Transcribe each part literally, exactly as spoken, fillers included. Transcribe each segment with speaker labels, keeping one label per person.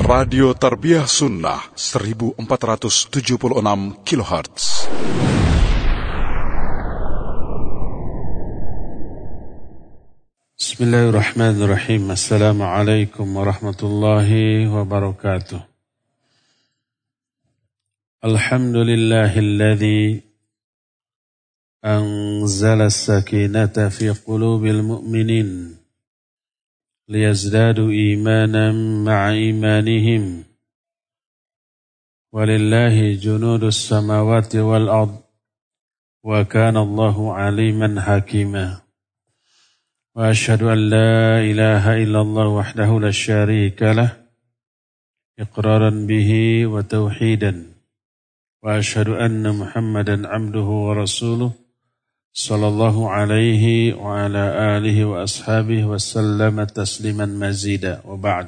Speaker 1: Radio Tarbiyah Sunnah seribu empat ratus tujuh puluh enam kilohertz.
Speaker 2: Bismillahirrahmanirrahim. Assalamualaikum warahmatullahi wabarakatuh. Alhamdulillahilladzi anzala as-sakinata fi qulubil mu'minin liyazdadu imanan ma'a imanihim. Walillahi junudus samawati wal ard wa kana Allahu aliman hakima. Wa asyhadu an la ilaha illallah wahdahu la syarika lah iqraran bihi wa tauhidan. Wa asyhadu anna Muhammadan abduhu wa rasuluh sallallahu alaihi wa ala alihi wa ashabihi wa sallama tasliman mazida wa ba'd.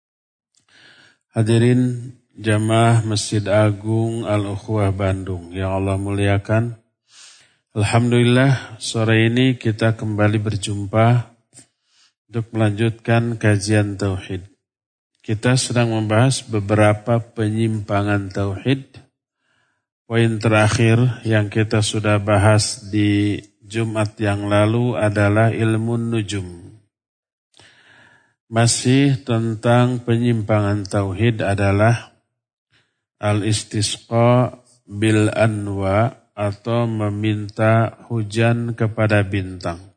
Speaker 2: Hadirin jamaah Masjid Agung Al-Ukhwah Bandung yang Allah muliakan. Alhamdulillah sore ini kita kembali berjumpa untuk melanjutkan kajian tauhid. Kita sedang membahas beberapa penyimpangan tauhid. Poin terakhir yang kita sudah bahas di Jumat yang lalu adalah ilmu nujum. Masih tentang penyimpangan tauhid adalah al-istisqa bil anwa atau meminta hujan kepada bintang.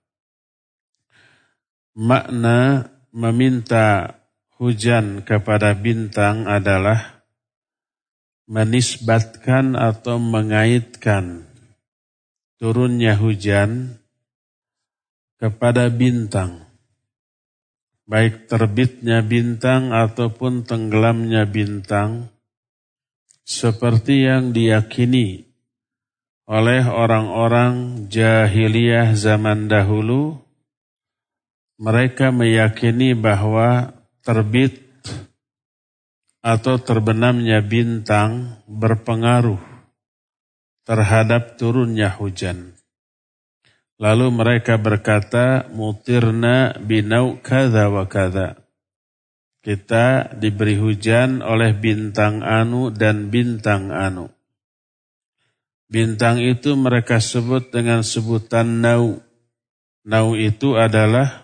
Speaker 2: Makna meminta hujan kepada bintang adalah menisbatkan atau mengaitkan turunnya hujan kepada bintang, baik terbitnya bintang ataupun tenggelamnya bintang, seperti yang diyakini oleh orang-orang jahiliyah zaman dahulu. Mereka meyakini bahwa terbit atau terbenamnya bintang berpengaruh terhadap turunnya hujan. Lalu mereka berkata, mutirna binau kadza wa kadza. Kita diberi hujan oleh bintang anu dan bintang anu. Bintang itu mereka sebut dengan sebutan nau. Nau itu adalah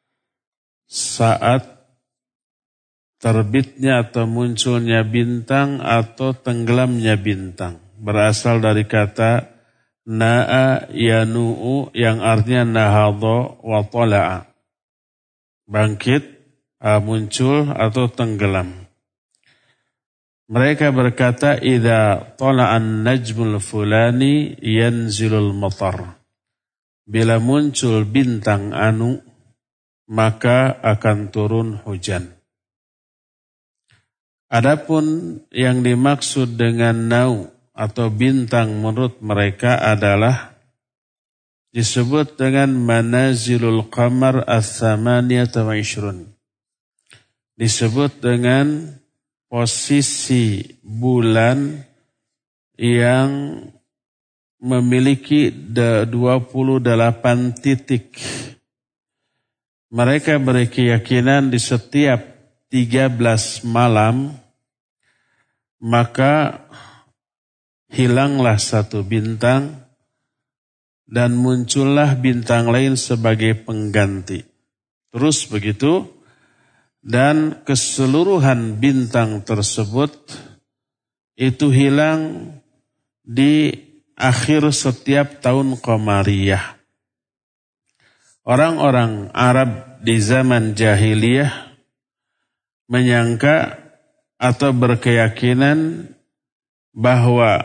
Speaker 2: saat terbitnya atau munculnya bintang atau tenggelamnya bintang. Berasal dari kata na'a yanu'u yang artinya nahadha wa tala'a. Bangkit, muncul atau tenggelam. Mereka berkata, idza tala'an najmul fulani yanzilul matar. Bila muncul bintang anu, maka akan turun hujan. Adapun yang dimaksud dengan nau atau bintang menurut mereka adalah disebut dengan manazilul qamar ats-tsamaniyata wa ishrun. Disebut dengan posisi bulan yang memiliki dua puluh delapan titik. Mereka berkeyakinan di setiap tiga belas malam maka hilanglah satu bintang dan muncullah bintang lain sebagai pengganti. Terus begitu, dan keseluruhan bintang tersebut itu hilang di akhir setiap tahun Qamariyah. Orang-orang Arab di zaman jahiliyah menyangka atau berkeyakinan bahwa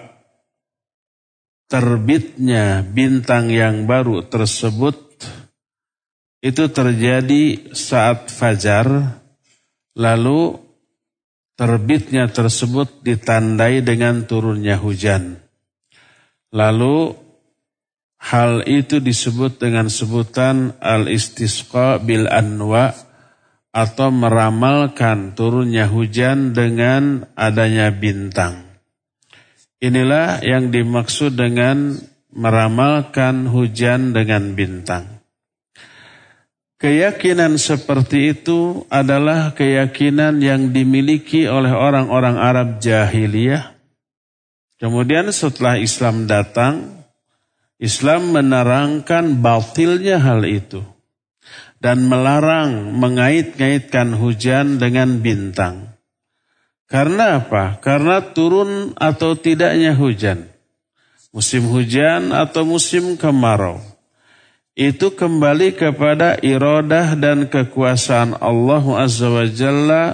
Speaker 2: terbitnya bintang yang baru tersebut itu terjadi saat fajar, lalu terbitnya tersebut ditandai dengan turunnya hujan. Lalu hal itu disebut dengan sebutan al-istisqa bil anwa atau meramalkan turunnya hujan dengan adanya bintang. Inilah yang dimaksud dengan meramalkan hujan dengan bintang. keyakinan seperti itu adalah keyakinan yang dimiliki oleh orang-orang Arab jahiliyah. Kemudian setelah Islam datang, Islam menerangkan batilnya hal itu dan melarang mengait-ngaitkan hujan dengan bintang. Karena apa? Karena turun atau tidaknya hujan, musim hujan atau musim kemarau, itu kembali kepada iradah dan kekuasaan Allah Azza wa Jalla,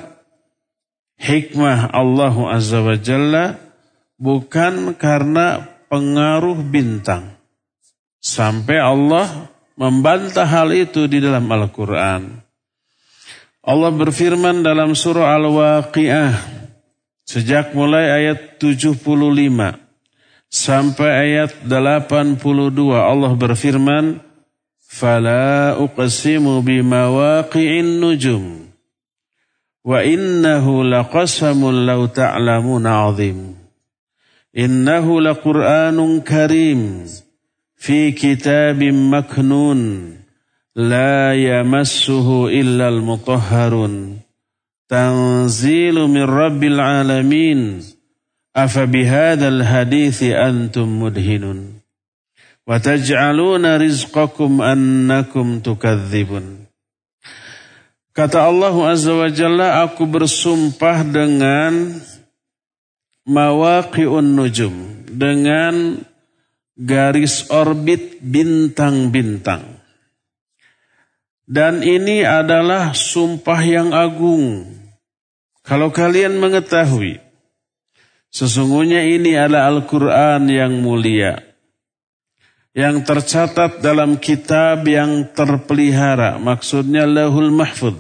Speaker 2: hikmah Allah Azza wa Jalla, bukan karena pengaruh bintang. Sampai Allah membantah hal itu di dalam Al-Quran. Allah berfirman dalam surah Al-Waqi'ah, sejak mulai ayat tujuh puluh lima sampai ayat delapan puluh dua, Allah berfirman, "Fala uqsimu bimawaqi'in nujum, wa innahu laqasamun law ta'lamuna 'azim. Innahu laqur'anun karim, fi kitabim maknun, la yamassuhu illal mutahharun. Tanzilu min rabbil alamin, afa bihadzal hadithi antum mudhinun. Wa taj'aluna rizqakum annakum tukadzibun." Kata Allah Azza wa Jalla, aku bersumpah dengan mawaqi'un nujum, dengan garis orbit bintang-bintang. Dan ini adalah sumpah yang agung. Kalau kalian mengetahui, sesungguhnya ini adalah Al-Quran yang mulia, yang tercatat dalam kitab yang terpelihara, maksudnya Lauhul Mahfuz.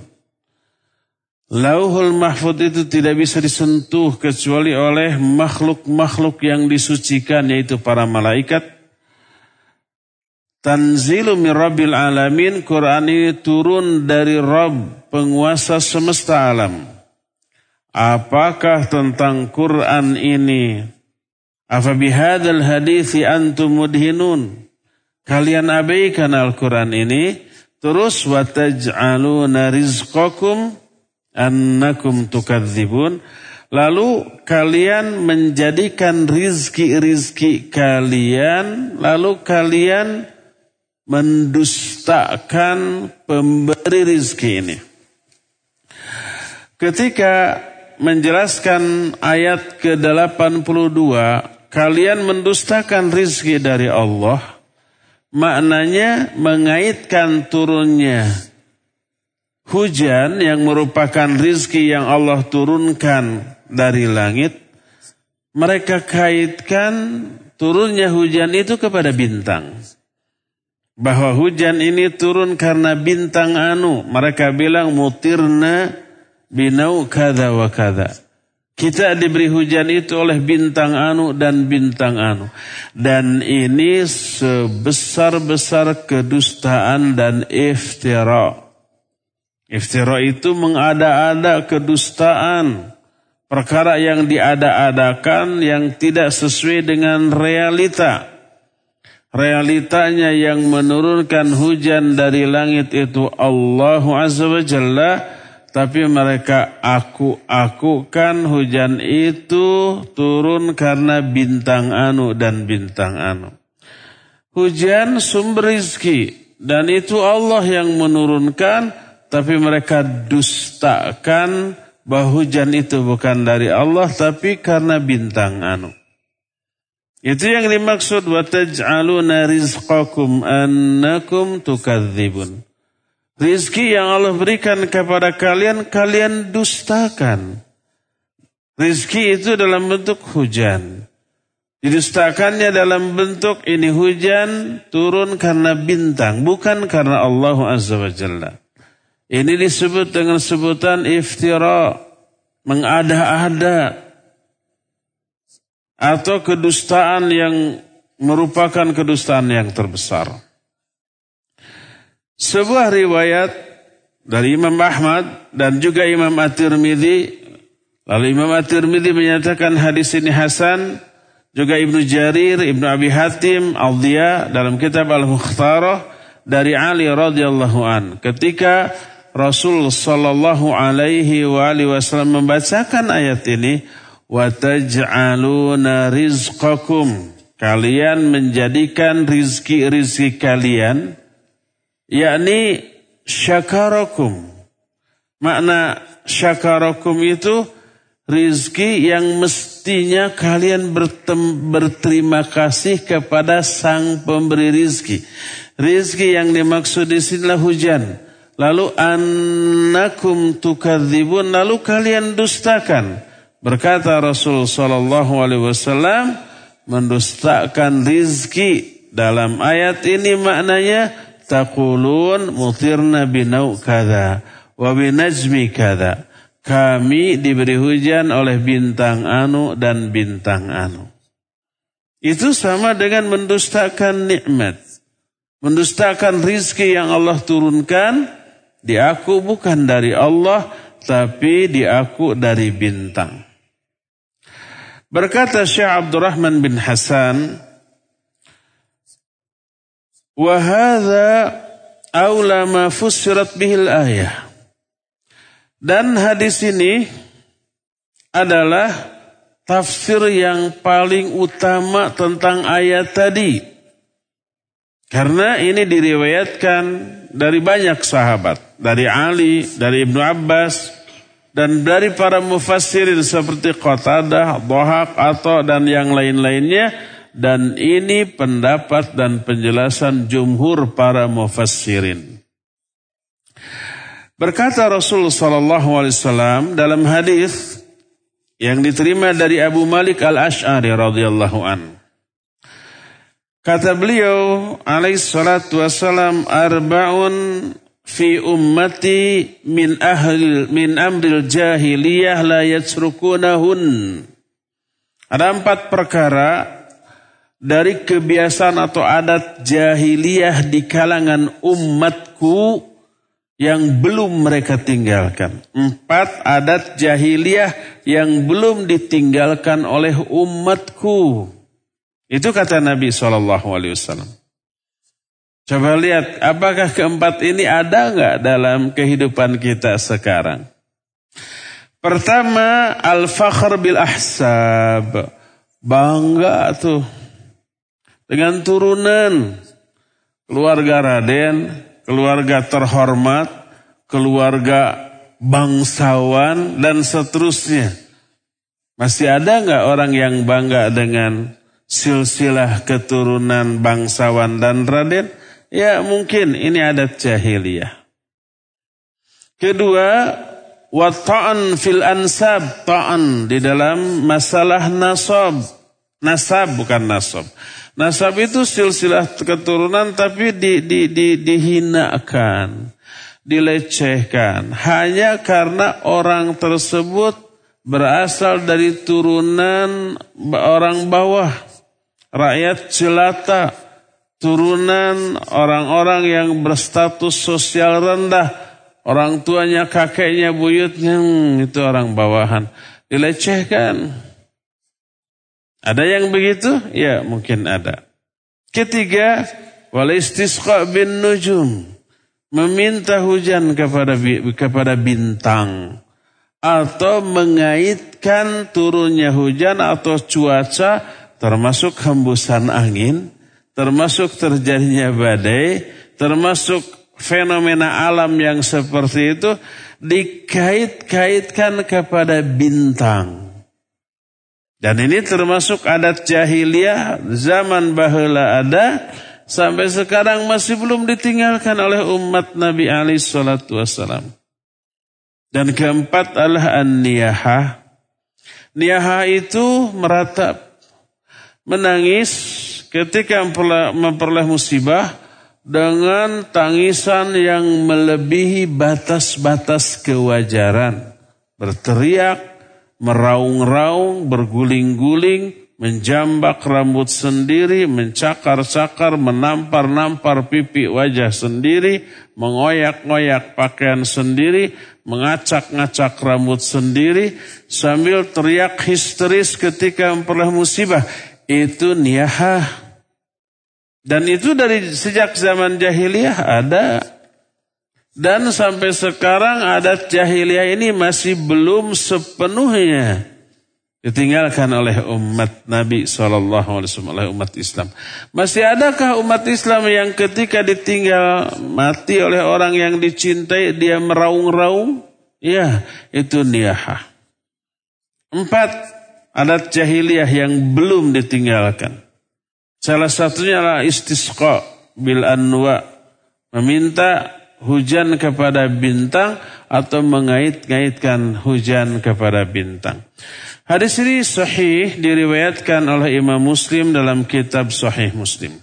Speaker 2: Lauhul Mahfuz itu tidak bisa disentuh kecuali oleh makhluk-makhluk yang disucikan, yaitu para malaikat. Tanzilu min Rabbil Alamin, Quran ini turun dari Rabb, penguasa semesta alam. Apakah tentang Quran ini, afa bihadzal hadithi antum mudhinun, kalian abaikan Al-Quran ini, terus wa taj'aluna rizqakum annakum tukadzibun, lalu kalian menjadikan rizki-rizki kalian, lalu kalian mendustakan pemberi rizki ini. Ketika menjelaskan ayat ke delapan puluh dua, kalian mendustakan rizki dari Allah, maknanya mengaitkan turunnya hujan yang merupakan rizki yang Allah turunkan dari langit. Mereka kaitkan turunnya hujan itu kepada bintang. Bahwa hujan ini turun karena bintang anu. Mereka bilang mutirna binau kada wa kada. Kita diberi hujan itu oleh bintang anu dan bintang anu. Dan ini sebesar-besar kedustaan dan iftira. Iftira itu mengada-ada kedustaan. Perkara yang diada-adakan yang tidak sesuai dengan realita. Realitanya yang menurunkan hujan dari langit itu Allah Azza wa Jalla, tapi mereka aku-akukan hujan itu turun karena bintang anu dan bintang anu. Hujan sumber rizki dan itu Allah yang menurunkan, tapi mereka dustakan bahwa hujan itu bukan dari Allah tapi karena bintang anu. Itu yang dimaksud wa taj'aluna rizqakum annakum tukadzibun. Rizki yang Allah berikan kepada kalian, kalian dustakan. Rizki itu dalam bentuk hujan. Didustakannya dalam bentuk ini hujan turun karena bintang, bukan karena Allah Azza wa Jalla. Ini disebut dengan sebutan iftira, mengada-ada, atau kedustaan yang merupakan kedustaan yang terbesar. Sebuah riwayat dari Imam Ahmad dan juga Imam At-Tirmidzi, lalu Imam At-Tirmidzi menyatakan hadis ini hasan, juga Ibnu Jarir, Ibnu Abi Hatim, Al-Diya dalam kitab Al-Mukhtarah dari Ali radhiyallahu an ketika Rasul sallallahu alaihi wa alihi wasallam membacakan ayat ini, wa taj'aluna rizqakum, kalian menjadikan rizki-rizki kalian, yakni syakarakum. Makna syakarakum itu rizki yang mestinya kalian bertem, berterima kasih kepada sang pemberi rizki. Rizki yang dimaksud di sinilah hujan. Lalu annakum tukadzibun, lalu kalian dustakan. Berkata Rasul sallallahu alaihi wasallam, mendustakan rizki dalam ayat ini maknanya taqulun mutirna binau kada wa binajmi kada. Kami diberi hujan oleh bintang anu dan bintang anu. Itu sama dengan mendustakan nikmat. Mendustakan rizki yang Allah turunkan, diaku bukan dari Allah, tapi diaku dari bintang. Berkata Syekh Abdurrahman bin Hasan, wa hadza aula ma fussirat bihil ayah. Dan hadis ini adalah tafsir yang paling utama tentang ayat tadi. Karena ini diriwayatkan dari banyak sahabat. Dari Ali, dari Ibnu Abbas, dan dari para mufassirin seperti Qatadah, Dhahak, Atha, dan yang lain-lainnya. Dan ini pendapat dan penjelasan jumhur para mufassirin. Berkata Rasul sallallahu alaihi wasallam dalam hadis yang diterima dari Abu Malik Al-Asy'ari radhiyallahu an. Kata beliau alaihi salatu wasallam, arba'un fi ummati min ahli min amril jahiliyah la yatrukunahun. Ada empat perkara dari kebiasaan atau adat jahiliyah di kalangan umatku yang belum mereka tinggalkan. Empat adat jahiliyah yang belum ditinggalkan oleh umatku. Itu kata Nabi shallallahu alaihi wasallam. Coba lihat, apakah keempat ini ada nggak dalam kehidupan kita sekarang? Pertama, al-fakhr bil ahsab. Bangga tuh dengan turunan keluarga Raden, keluarga terhormat, keluarga bangsawan, dan seterusnya. Masih ada nggak orang yang bangga dengan silsilah keturunan bangsawan dan Raden? Ya mungkin ini adat jahiliyah. Kedua, wa ta'an fil ansab, ta'an di dalam masalah nasab. Nasab bukan nasab. Nasab itu silsilah keturunan tapi di, di, di, dihinakan, dilecehkan. Hanya karena orang tersebut berasal dari turunan orang bawah, rakyat jelata, turunan orang-orang yang berstatus sosial rendah, orang tuanya, kakeknya, buyutnya, hmm, itu orang bawahan, dilecehkan. Ada yang begitu? Ya, mungkin ada. Ketiga, wal istisqa bin nujum, meminta hujan kepada kepada bintang, atau mengaitkan turunnya hujan atau cuaca, termasuk hembusan angin, termasuk terjadinya badai, termasuk fenomena alam yang seperti itu, dikait-kaitkan kepada bintang. Dan ini termasuk adat jahiliyah, zaman baheula ada, sampai sekarang masih belum ditinggalkan oleh umat Nabi alaihi salatu wassalam. Dan keempat adalah an-niyahah. Niyahah itu meratap, menangis ketika memperoleh musibah dengan tangisan yang melebihi batas-batas kewajaran. Berteriak, meraung-raung, berguling-guling, menjambak rambut sendiri, mencakar-cakar, menampar-nampar pipi wajah sendiri, mengoyak-ngoyak pakaian sendiri, mengacak-ngacak rambut sendiri, sambil teriak histeris ketika memperoleh musibah. Itu niyahah. Dan itu dari sejak zaman jahiliyah ada. Dan sampai sekarang adat jahiliyah ini masih belum sepenuhnya ditinggalkan oleh umat Nabi shallallahu alaihi wasallam, oleh umat Islam. Masih adakah umat Islam yang ketika ditinggal mati oleh orang yang dicintai, dia meraung-raung? Ya, itu niyahah. Empat adat jahiliyah yang belum ditinggalkan. Salah satunya adalah istisqa bil anwa, meminta hujan kepada bintang atau mengait-ngaitkan hujan kepada bintang. Hadis ini sahih diriwayatkan oleh Imam Muslim dalam kitab Sahih Muslim.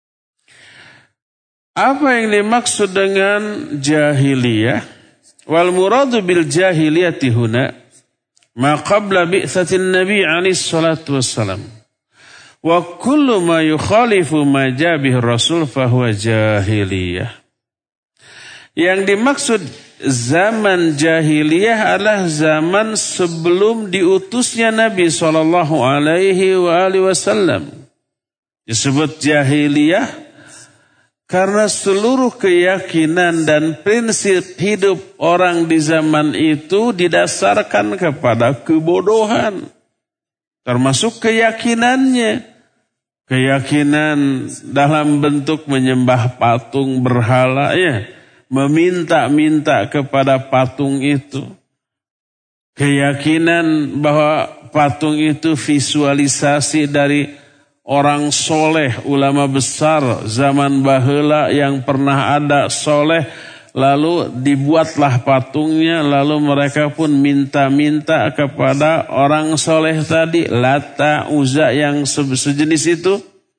Speaker 2: Apa yang dimaksud dengan jahiliyah? Wal muradu bil jahiliyati huna ma qabla bi'tsatin nabi alaihi salatu wassalam. Wa kullu ma yukhalifu ma jabih rasul fahuwa jahiliyah. Yang dimaksud zaman jahiliyah adalah zaman sebelum diutusnya Nabi shallallahu alaihi wasallam. Disebut jahiliyah karena seluruh keyakinan dan prinsip hidup orang di zaman itu didasarkan kepada kebodohan. Termasuk keyakinannya. Keyakinan dalam bentuk menyembah patung berhala, ya. Meminta-minta kepada patung itu. Keyakinan bahwa patung itu visualisasi dari orang soleh, ulama besar zaman baheula yang pernah ada soleh, lalu dibuatlah patungnya, lalu mereka pun minta-minta kepada orang soleh tadi, Lata, Uzza yang sejenis itu.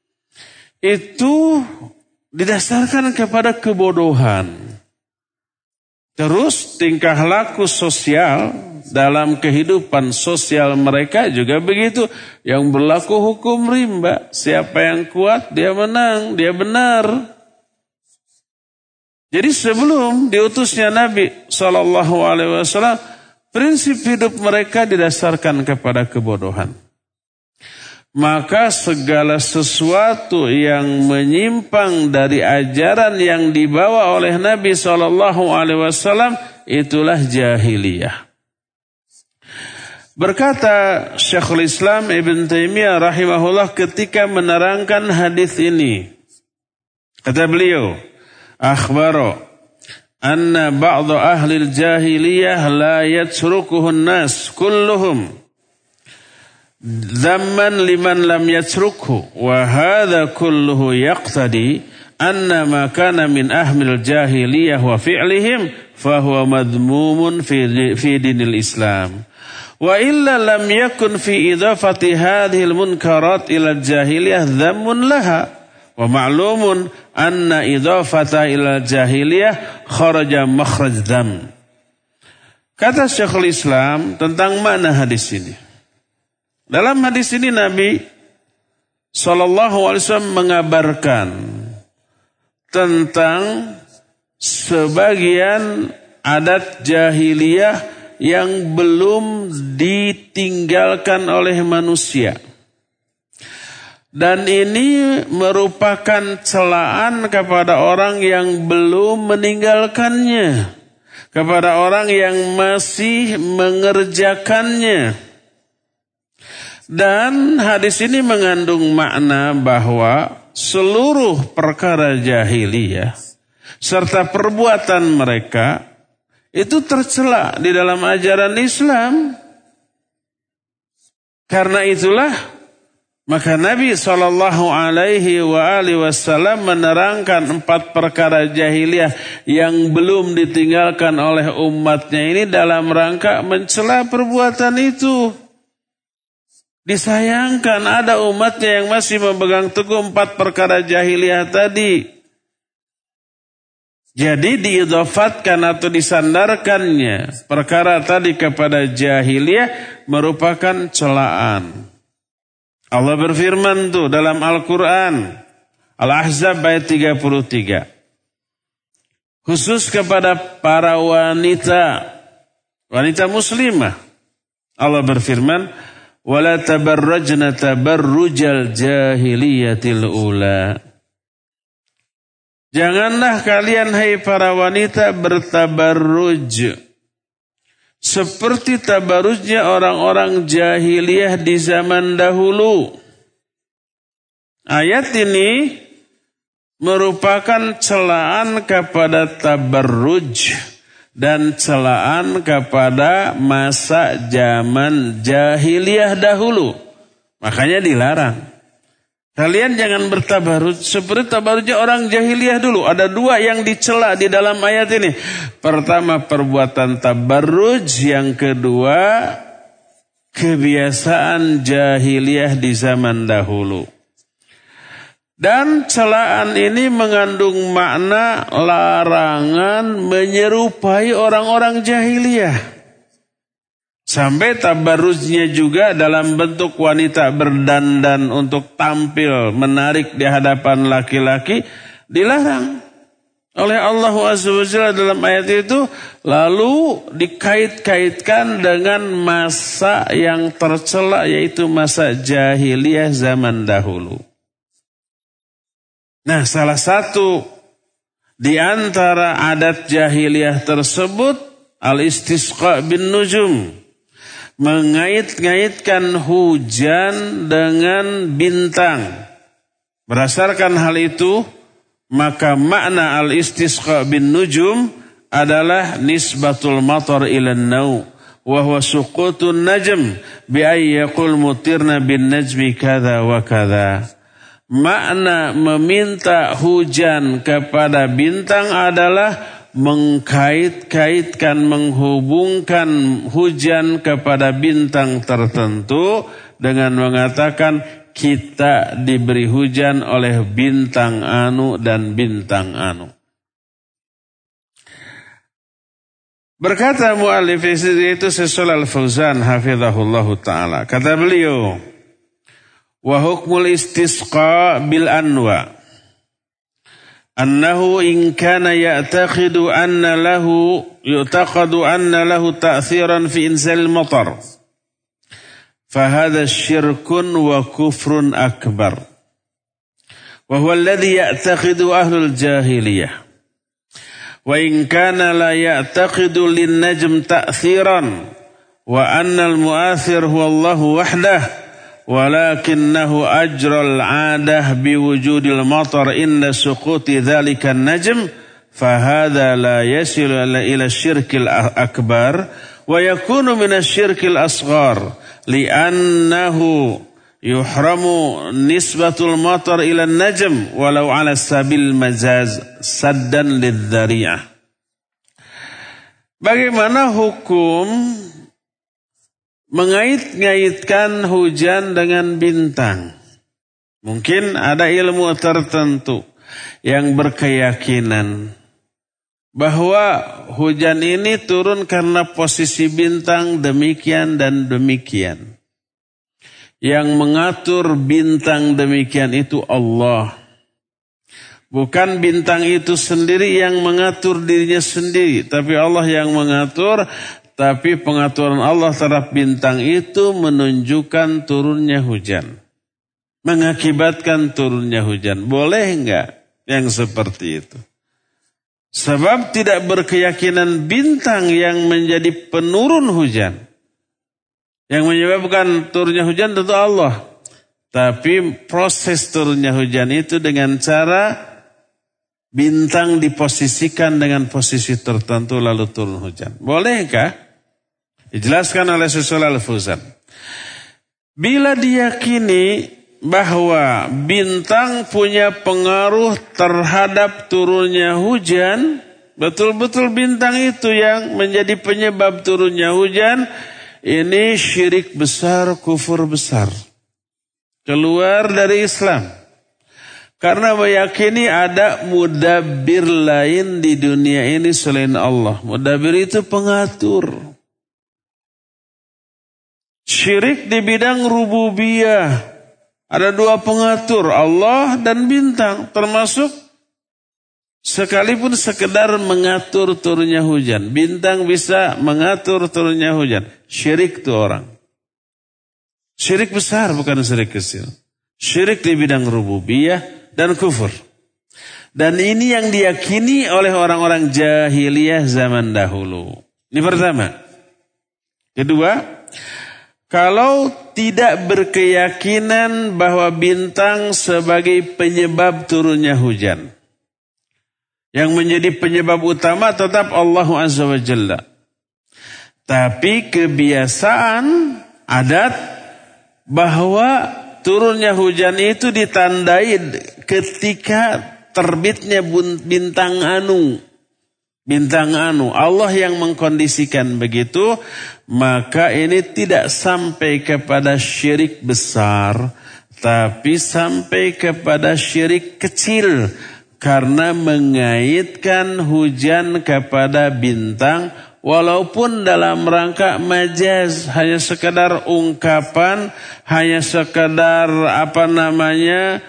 Speaker 2: Itu didasarkan kepada kebodohan. Terus tingkah laku sosial dalam kehidupan sosial mereka juga begitu. Yang berlaku hukum rimba. Siapa yang kuat dia menang, dia benar. Jadi sebelum diutusnya Nabi shallallahu alaihi wasallam, prinsip hidup mereka didasarkan kepada kebodohan. Maka segala sesuatu yang menyimpang dari ajaran yang dibawa oleh Nabi shallallahu alaihi wasallam itulah jahiliyah. Berkata Syekhul Islam Ibn Taimiyah rahimahullah ketika menerangkan hadis ini, kata beliau, akhbaro anna ba'd ahli al-jahiliyah la yatrukuhun nas kulluhum zaman liman lam yatrukhu wa hadha kulluhu yaqtadi anna ma kana min ahmil jahiliyah wa fi'lihim fahuwa madmumun fi fi dinil Islam wa illa lam yakun fi idafati hadhihi al-munkarat ila al-jahiliyah dhammun laha wa ma'lumun anna idafata ila al-jahiliyah kharaja makhraj dham. Kata Syekhul Islam tentang makna hadis ini. Dalam hadis ini Nabi shallallahu alaihi wasallam mengabarkan tentang sebagian adat jahiliyah yang belum ditinggalkan oleh manusia. Dan ini merupakan celaan kepada orang yang belum meninggalkannya, kepada orang yang masih mengerjakannya. Dan hadis ini mengandung makna bahwa seluruh perkara jahiliyah serta perbuatan mereka itu tercela di dalam ajaran Islam. Karena itulah maka Nabi shallallahu alaihi wasallam menerangkan empat perkara jahiliyah yang belum ditinggalkan oleh umatnya ini dalam rangka mencela perbuatan itu. Disayangkan ada umatnya yang masih memegang teguh empat perkara jahiliyah tadi. Jadi diidhafatkan atau disandarkannya perkara tadi kepada jahiliyah merupakan celaan. Allah berfirman tuh dalam Al-Quran Al-Ahzab ayat tiga puluh tiga. Khusus kepada para wanita, wanita muslimah. Allah berfirman, wala tabarrajna tabarrujal jahiliyatil ula. Janganlah kalian hai para wanita bertabarruj seperti tabarrujnya orang-orang jahiliyah di zaman dahulu. Ayat ini merupakan celaan kepada tabarruj dan celaan kepada masa zaman jahiliyah dahulu. Makanya dilarang. Kalian jangan bertabarruj seperti tabarrujnya orang jahiliyah dulu. Ada dua yang dicela di dalam ayat ini. Pertama, perbuatan tabarruj. Yang kedua, kebiasaan jahiliyah di zaman dahulu. Dan celaan ini mengandung makna larangan menyerupai orang-orang jahiliyah. Sampai tabarrujnya juga dalam bentuk wanita berdandan untuk tampil menarik di hadapan laki-laki dilarang oleh Allah Azza wa Jalla dalam ayat itu, lalu dikait-kaitkan dengan masa yang tercela yaitu masa jahiliyah zaman dahulu. Nah, salah satu di antara adat jahiliyah tersebut al-istisqa bin nujum. Mengait-ngaitkan hujan dengan bintang. Berdasarkan hal itu, maka makna al-istisqa bin nujum adalah nisbatul matar ila an-naw wa huwa suqutun najm bi ay yaqul mutirna bin najmi kadza wa kadza. Makna meminta hujan kepada bintang adalah mengkait-kaitkan, menghubungkan hujan kepada bintang tertentu dengan mengatakan kita diberi hujan oleh bintang anu dan bintang anu. Berkata mu'allif itu Syaikh Al-Fauzan hafizahullahu ta'ala. Kata beliau, wa hukmul istisqa bil anwa أنه إن كان يعتقد أن له يعتقد أن له تأثيرا في إنزال المطر فهذا شرك وكفر أكبر وهو الذي يعتقد أهل الجاهلية وإن كان لا يعتقد للنجم تأثيرا وأن المؤثر هو الله وحده ولكنه أجرى العادة بوجود المطر إن سقوط ذلك النجم فهذا لا يصل إلى الشرك الأكبر ويكون من الشرك الأصغر لأنه يحرم نسبة المطر إلى النجم ولو على سبيل المجاز سدا للذريعة. Bagaimana hukum mengait-ngaitkan hujan dengan bintang? Mungkin ada ilmu tertentu yang berkeyakinan bahwa hujan ini turun karena posisi bintang demikian dan demikian. Yang mengatur bintang demikian itu Allah. Bukan bintang itu sendiri yang mengatur dirinya sendiri, tapi Allah yang mengatur. Tapi pengaturan Allah terhadap bintang itu menunjukkan turunnya hujan. Mengakibatkan turunnya hujan. Boleh enggak yang seperti itu? Sebab tidak berkeyakinan bintang yang menjadi penurun hujan. Yang menyebabkan turunnya hujan tentu Allah. Tapi proses turunnya hujan itu dengan cara bintang diposisikan dengan posisi tertentu lalu turun hujan. Bolehkah? Dijelaskan oleh Syaikh Al-Fauzan. Bila diyakini bahwa bintang punya pengaruh terhadap turunnya hujan, betul-betul bintang itu yang menjadi penyebab turunnya hujan, ini syirik besar, kufur besar. Keluar dari Islam. Karena meyakini ada mudabbir lain di dunia ini selain Allah. Mudabbir itu pengatur. Syirik di bidang rububiyah. Ada dua pengatur, Allah dan bintang. Termasuk sekalipun sekedar mengatur turunnya hujan. Bintang bisa mengatur turunnya hujan. Syirik itu orang. Syirik besar bukan syirik kecil. Syirik di bidang rububiyah dan kufur. Dan ini yang diyakini oleh orang-orang jahiliyah zaman dahulu. Ini pertama. Kedua, kalau tidak berkeyakinan bahwa bintang sebagai penyebab turunnya hujan. Yang menjadi penyebab utama tetap Allah Azza wa Jalla. Tapi kebiasaan adat bahwa turunnya hujan itu ditandai ketika terbitnya bintang anu. Bintang anu. Allah yang mengkondisikan begitu. Maka ini tidak sampai kepada syirik besar. Tapi sampai kepada syirik kecil. Karena mengaitkan hujan kepada bintang, walaupun dalam rangka majaz, hanya sekedar ungkapan, hanya sekedar apa namanya,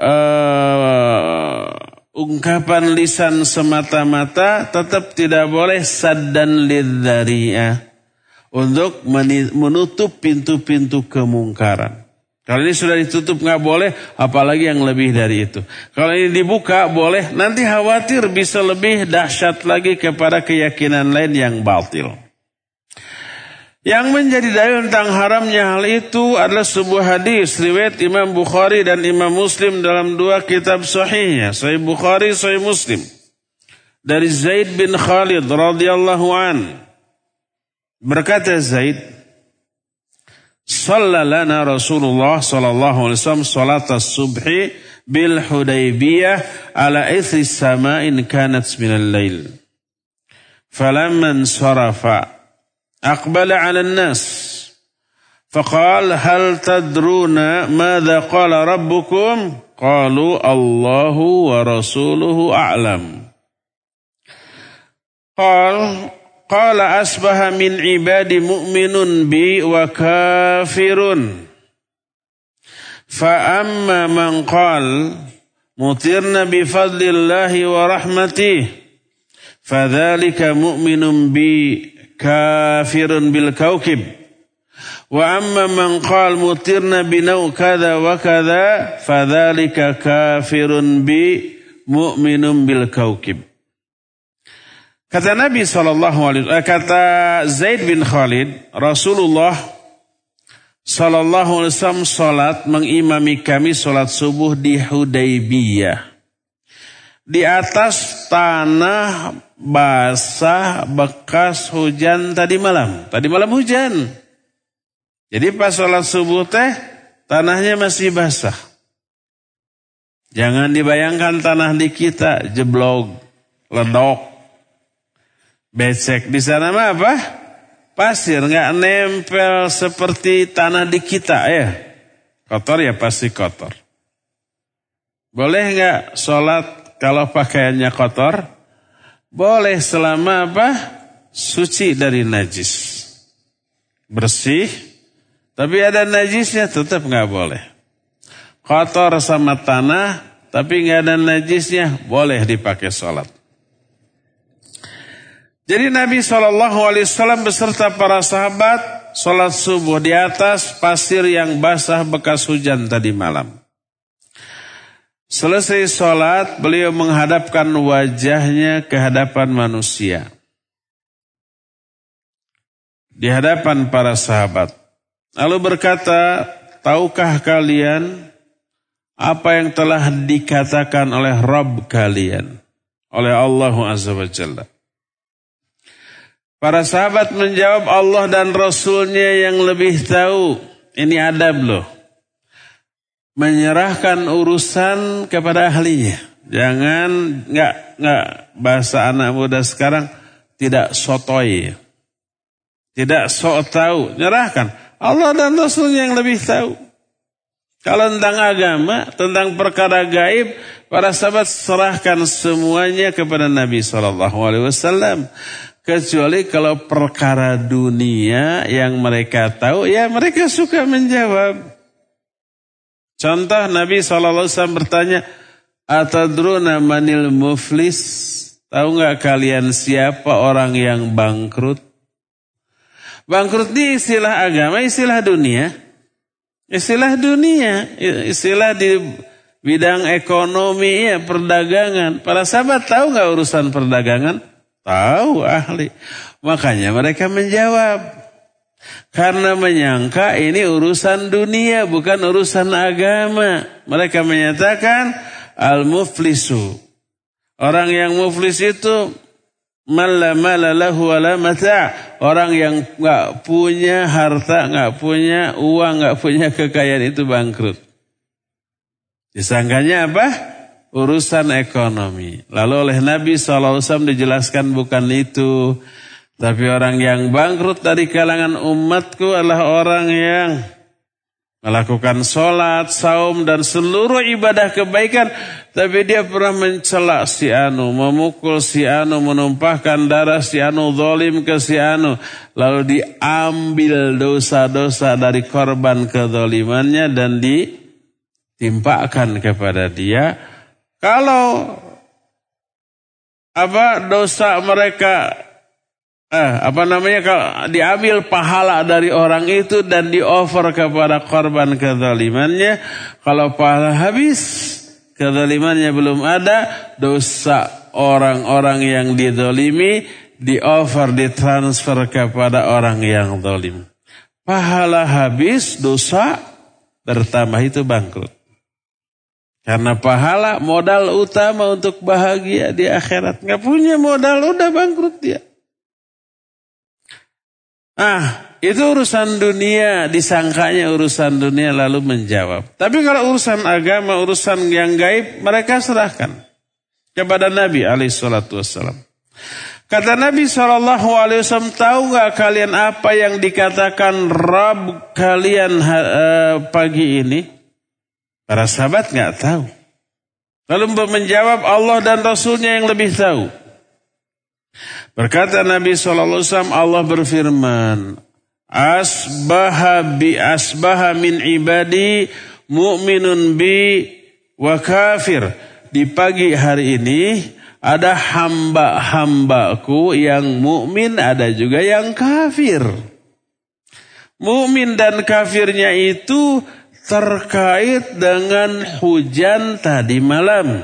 Speaker 2: uh, ungkapan lisan semata-mata, tetap tidak boleh saddan lidzari'ah, untuk menutup pintu-pintu kemungkaran. Kalau ini sudah ditutup nggak boleh, apalagi yang lebih dari itu. Kalau ini dibuka boleh, nanti khawatir bisa lebih dahsyat lagi kepada keyakinan lain yang batil. Yang menjadi dalil tentang haramnya hal itu adalah sebuah hadis riwayat Imam Bukhari dan Imam Muslim dalam dua kitab sahihnya, Sahih Bukhari, Sahih Muslim. Dari Zaid bin Khalid radhiyallahu an. Berkata Zaid, Shalla lana Rasulullah sallallahu alaihi wasallam salat as-subhi bil Hudaybiyah ala ithri sama'in kanat minal lail. Falamma sarafa aqbala 'ala an-nas faqala hal tadruna madza qala rabbukum? Qalu Allahu wa rasuluhu a'lam. Qala Qala asbaha min ibadi mu'minun bi wa kafirun. Fa amma man qala mutirna bi fadlillahi wa rahmatih. Fadhalika mu'minun bi kafirun bil kawkib. Wa amma man qala mutirna bi naw kadha wa kadha. Fadhalika kafirun bi mu'minun bil kawkib. Kata Nabi sallallahu alaihi wasallam, kata Zaid bin Khalid, Rasulullah sallallahu alaihi wasallam salat mengimami kami salat subuh di Hudaybiyah. Di atas tanah basah bekas hujan tadi malam. Tadi malam hujan. Jadi pas salat subuh teh tanahnya masih basah. Jangan dibayangkan tanah di kita jeblok, ledok, becek. Di sana mah apa? Pasir, nggak nempel seperti tanah di kita ya. Kotor ya pasti kotor. Boleh nggak sholat kalau pakaiannya kotor? Boleh selama apa? Suci dari najis. Bersih, tapi ada najisnya tetap nggak boleh. Kotor sama tanah, tapi nggak ada najisnya, boleh dipakai sholat. Jadi Nabi shallallahu alaihi wasallam beserta para sahabat sholat subuh di atas pasir yang basah bekas hujan tadi malam. Selesai sholat, beliau menghadapkan wajahnya ke hadapan manusia. Di hadapan para sahabat. Lalu berkata, tahukah kalian apa yang telah dikatakan oleh Rabb kalian? Oleh Allah Azza wa Jalla. Para sahabat menjawab, Allah dan Rasulnya yang lebih tahu. Ini adab loh. Menyerahkan urusan kepada ahlinya. Jangan nggak nggak bahasa anak muda sekarang tidak sotoy, tidak sok tahu. Nyerahkan. Allah dan Rasulnya yang lebih tahu. Kalau tentang agama, tentang perkara gaib, para sahabat serahkan semuanya kepada Nabi Sallallahu Alaihi Wasallam. Kecuali kalau perkara dunia yang mereka tahu, ya mereka suka menjawab. Contoh Nabi shallallahu alaihi wasallam bertanya, Atadruna manil muflis? Tahu nggak kalian siapa orang yang bangkrut? Bangkrut ini istilah agama, istilah dunia. Istilah dunia, istilah di bidang ekonomi, ya, perdagangan. Para sahabat tahu nggak urusan perdagangan? Tahu, ahli. Makanya mereka menjawab. Karena menyangka ini urusan dunia, bukan urusan agama. Mereka menyatakan al-muflisu. Orang yang muflis itu man la mala lahu wa la mata'. Orang yang enggak punya harta, enggak punya uang, enggak punya kekayaan itu bangkrut. Disangkanya apa? Urusan ekonomi. Lalu oleh Nabi shallallahu alaihi wasallam dijelaskan bukan itu. Tapi orang yang bangkrut dari kalangan umatku adalah orang yang melakukan sholat, saum, dan seluruh ibadah kebaikan. Tapi dia pernah mencela si anu, memukul si anu, menumpahkan darah si anu, zalim ke si anu. Lalu diambil dosa-dosa dari korban kezalimannya dan ditimpakan kepada dia. Kalau apa dosa mereka... Eh, apa namanya kalau diambil pahala dari orang itu dan di-offer kepada korban kezalimannya, kalau pahala habis, kezalimannya belum ada, dosa orang-orang yang dizalimi di-offer, ditransfer kepada orang yang zalim. Pahala habis, dosa bertambah, itu bangkrut. Karena pahala modal utama untuk bahagia di akhirat. Nggak punya modal, udah bangkrut dia. Ah, itu urusan dunia, disangkanya urusan dunia lalu menjawab. Tapi kalau urusan agama, urusan yang gaib, mereka serahkan kepada Nabi alaihi salatu wassalam. Kata Nabi shallallahu alaihi wasallam, tahu gak kalian apa yang dikatakan Rabb kalian uh, pagi ini? Para sahabat gak tahu. Lalu menjawab, Allah dan Rasulnya yang lebih tahu. Berkata Nabi shallallahu alaihi wasallam, Allah berfirman, Asbaha bi asbaha min ibadi mu'minun bi wa kafir. Di pagi hari ini ada hamba-hambaku yang mukmin, ada juga yang kafir. Mukmin dan kafirnya itu terkait dengan hujan tadi malam.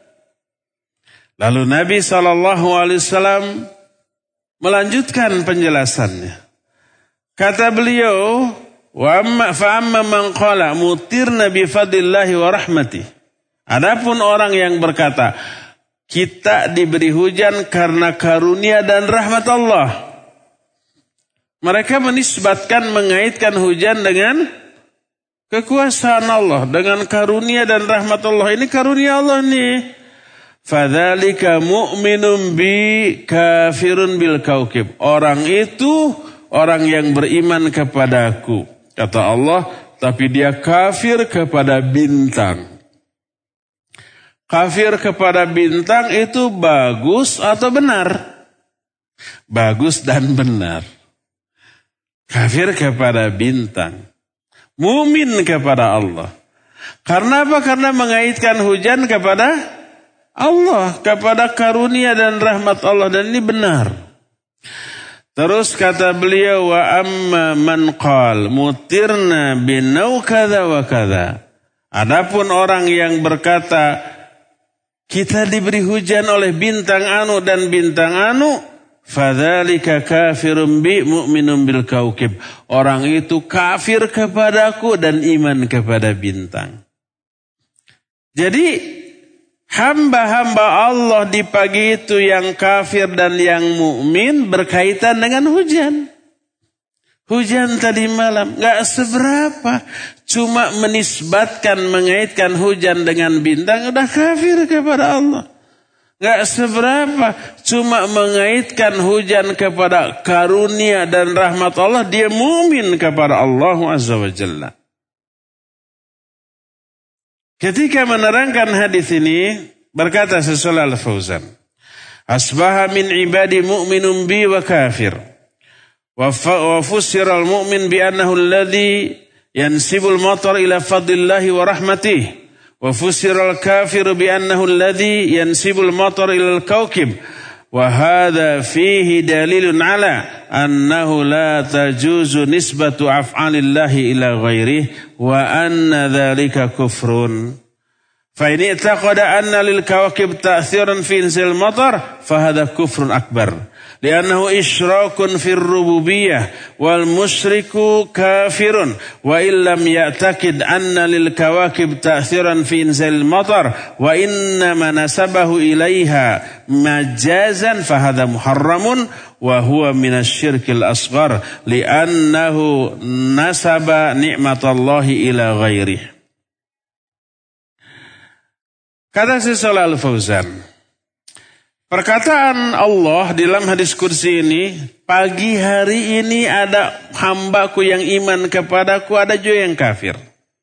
Speaker 2: Lalu Nabi shallallahu alaihi wasallam melanjutkan penjelasannya. Kata beliau, wa amma fa amma man qala mutirna bi fadlillahi wa rahmatih. Adapun orang yang berkata, kita diberi hujan karena karunia dan rahmat Allah. Mereka menisbatkan, mengaitkan hujan dengan kekuasaan Allah, dengan karunia dan rahmat Allah. Ini karunia Allah nih. Fadzalika mu'minun bi kafirun bil kaukib. Orang itu orang yang beriman kepadaku, kata Allah, tapi dia kafir kepada bintang. Kafir kepada bintang itu bagus atau benar? Bagus dan benar. Kafir kepada bintang, mumin kepada Allah. Karena apa? Karena mengaitkan hujan kepada Allah, kepada karunia dan rahmat Allah, dan ini benar. Terus kata beliau, wa amma man qal mutirna binau kadza wa kadza. Adapun orang yang berkata kita diberi hujan oleh bintang anu dan bintang anu, fadzalika kafirun bi mu'minun bil kaukib. Orang itu kafir kepadaku dan iman kepada bintang. Jadi hamba-hamba Allah di pagi itu yang kafir dan yang mukmin berkaitan dengan hujan. Hujan tadi malam gak seberapa, cuma menisbatkan, mengaitkan hujan dengan bintang, udah kafir kepada Allah. Gak seberapa, cuma mengaitkan hujan kepada karunia dan rahmat Allah, dia mukmin kepada Allah Azza wa Jalla. Ketika menerangkan hadis ini, berkata Syaikh Al-Fauzan, asbaha min ibadi mu'minun bi wa kafir. Wa fussira al-mu'min bi annahu alladhi yansibul matar ila fadlillahi wa rahmatih. Wa fussira al-kafir bi annahu alladhi yansibul matar ila al-kawkib. Wa hadha fihi dalilun ala annahu la tajuzu nisbatu af'alillahi ila ghairihi wa anna dhalika kufrun. Fa in i'taqada anna lil kawakib ta'thiran fi inzal matar fa hadha kufrun akbar. Li'annahu isyrakun fir rububiyyah wal musyriku kafirun wa illam ya'taqid anna lil kawakib ta'thiran fi inzal matar wa inna ma nasabahu ilaiha majazan fa hadha muharramun wa huwa minasyirkil asghar li'annahu nasaba ni'matallahi ila ghairihi. Kata Syekh Shalal Al-Fauzan, perkataan Allah di dalam hadis kursi ini, pagi hari ini ada hambaku yang iman kepadaku, ada juga yang kafir.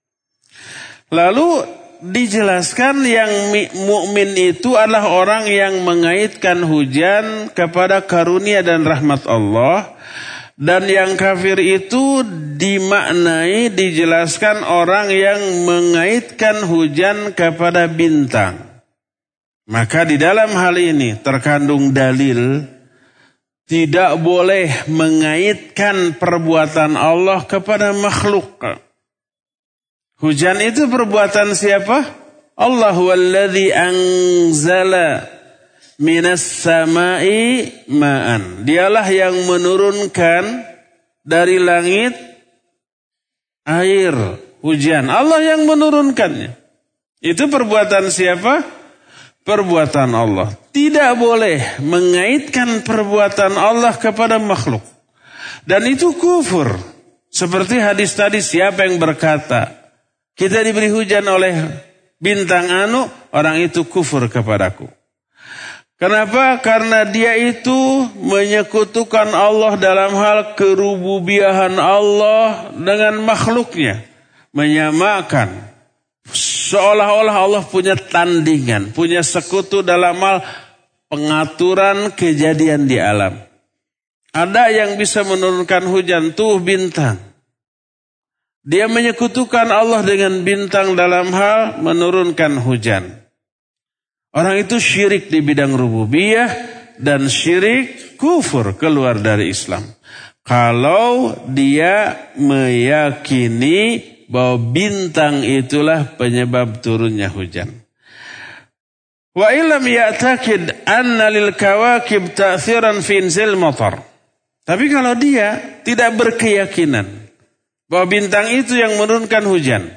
Speaker 2: Lalu dijelaskan yang mukmin itu adalah orang yang mengaitkan hujan kepada karunia dan rahmat Allah. Dan yang kafir itu dimaknai, dijelaskan orang yang mengaitkan hujan kepada bintang. Maka di dalam hal ini terkandung dalil tidak boleh mengaitkan perbuatan Allah kepada makhluk. Hujan itu perbuatan siapa? Allah walladzi anzala minas samai ma'an. Dialah yang menurunkan dari langit air, hujan. Allah yang menurunkannya. Itu perbuatan siapa? Perbuatan Allah. Tidak boleh mengaitkan perbuatan Allah kepada makhluk. Dan itu kufur. Seperti hadis tadi, siapa yang berkata, kita diberi hujan oleh bintang anu, orang itu kufur kepadaku. Kenapa? Karena dia itu menyekutukan Allah dalam hal kerububiahan Allah dengan makhluknya. Menyamakan. Seolah-olah Allah punya tandingan, punya sekutu dalam hal pengaturan kejadian di alam. Ada yang bisa menurunkan hujan, tuh bintang. Dia menyekutukan Allah dengan bintang dalam hal menurunkan hujan. Orang itu syirik di bidang rububiyah dan syirik kufur, keluar dari Islam. Kalau dia meyakini bahwa bintang itulah penyebab turunnya hujan. Wa illam ya'taqid anna lil kawakib ta'thiran fi inzil matar. Tapi kalau dia tidak berkeyakinan bahwa bintang itu yang menurunkan hujan,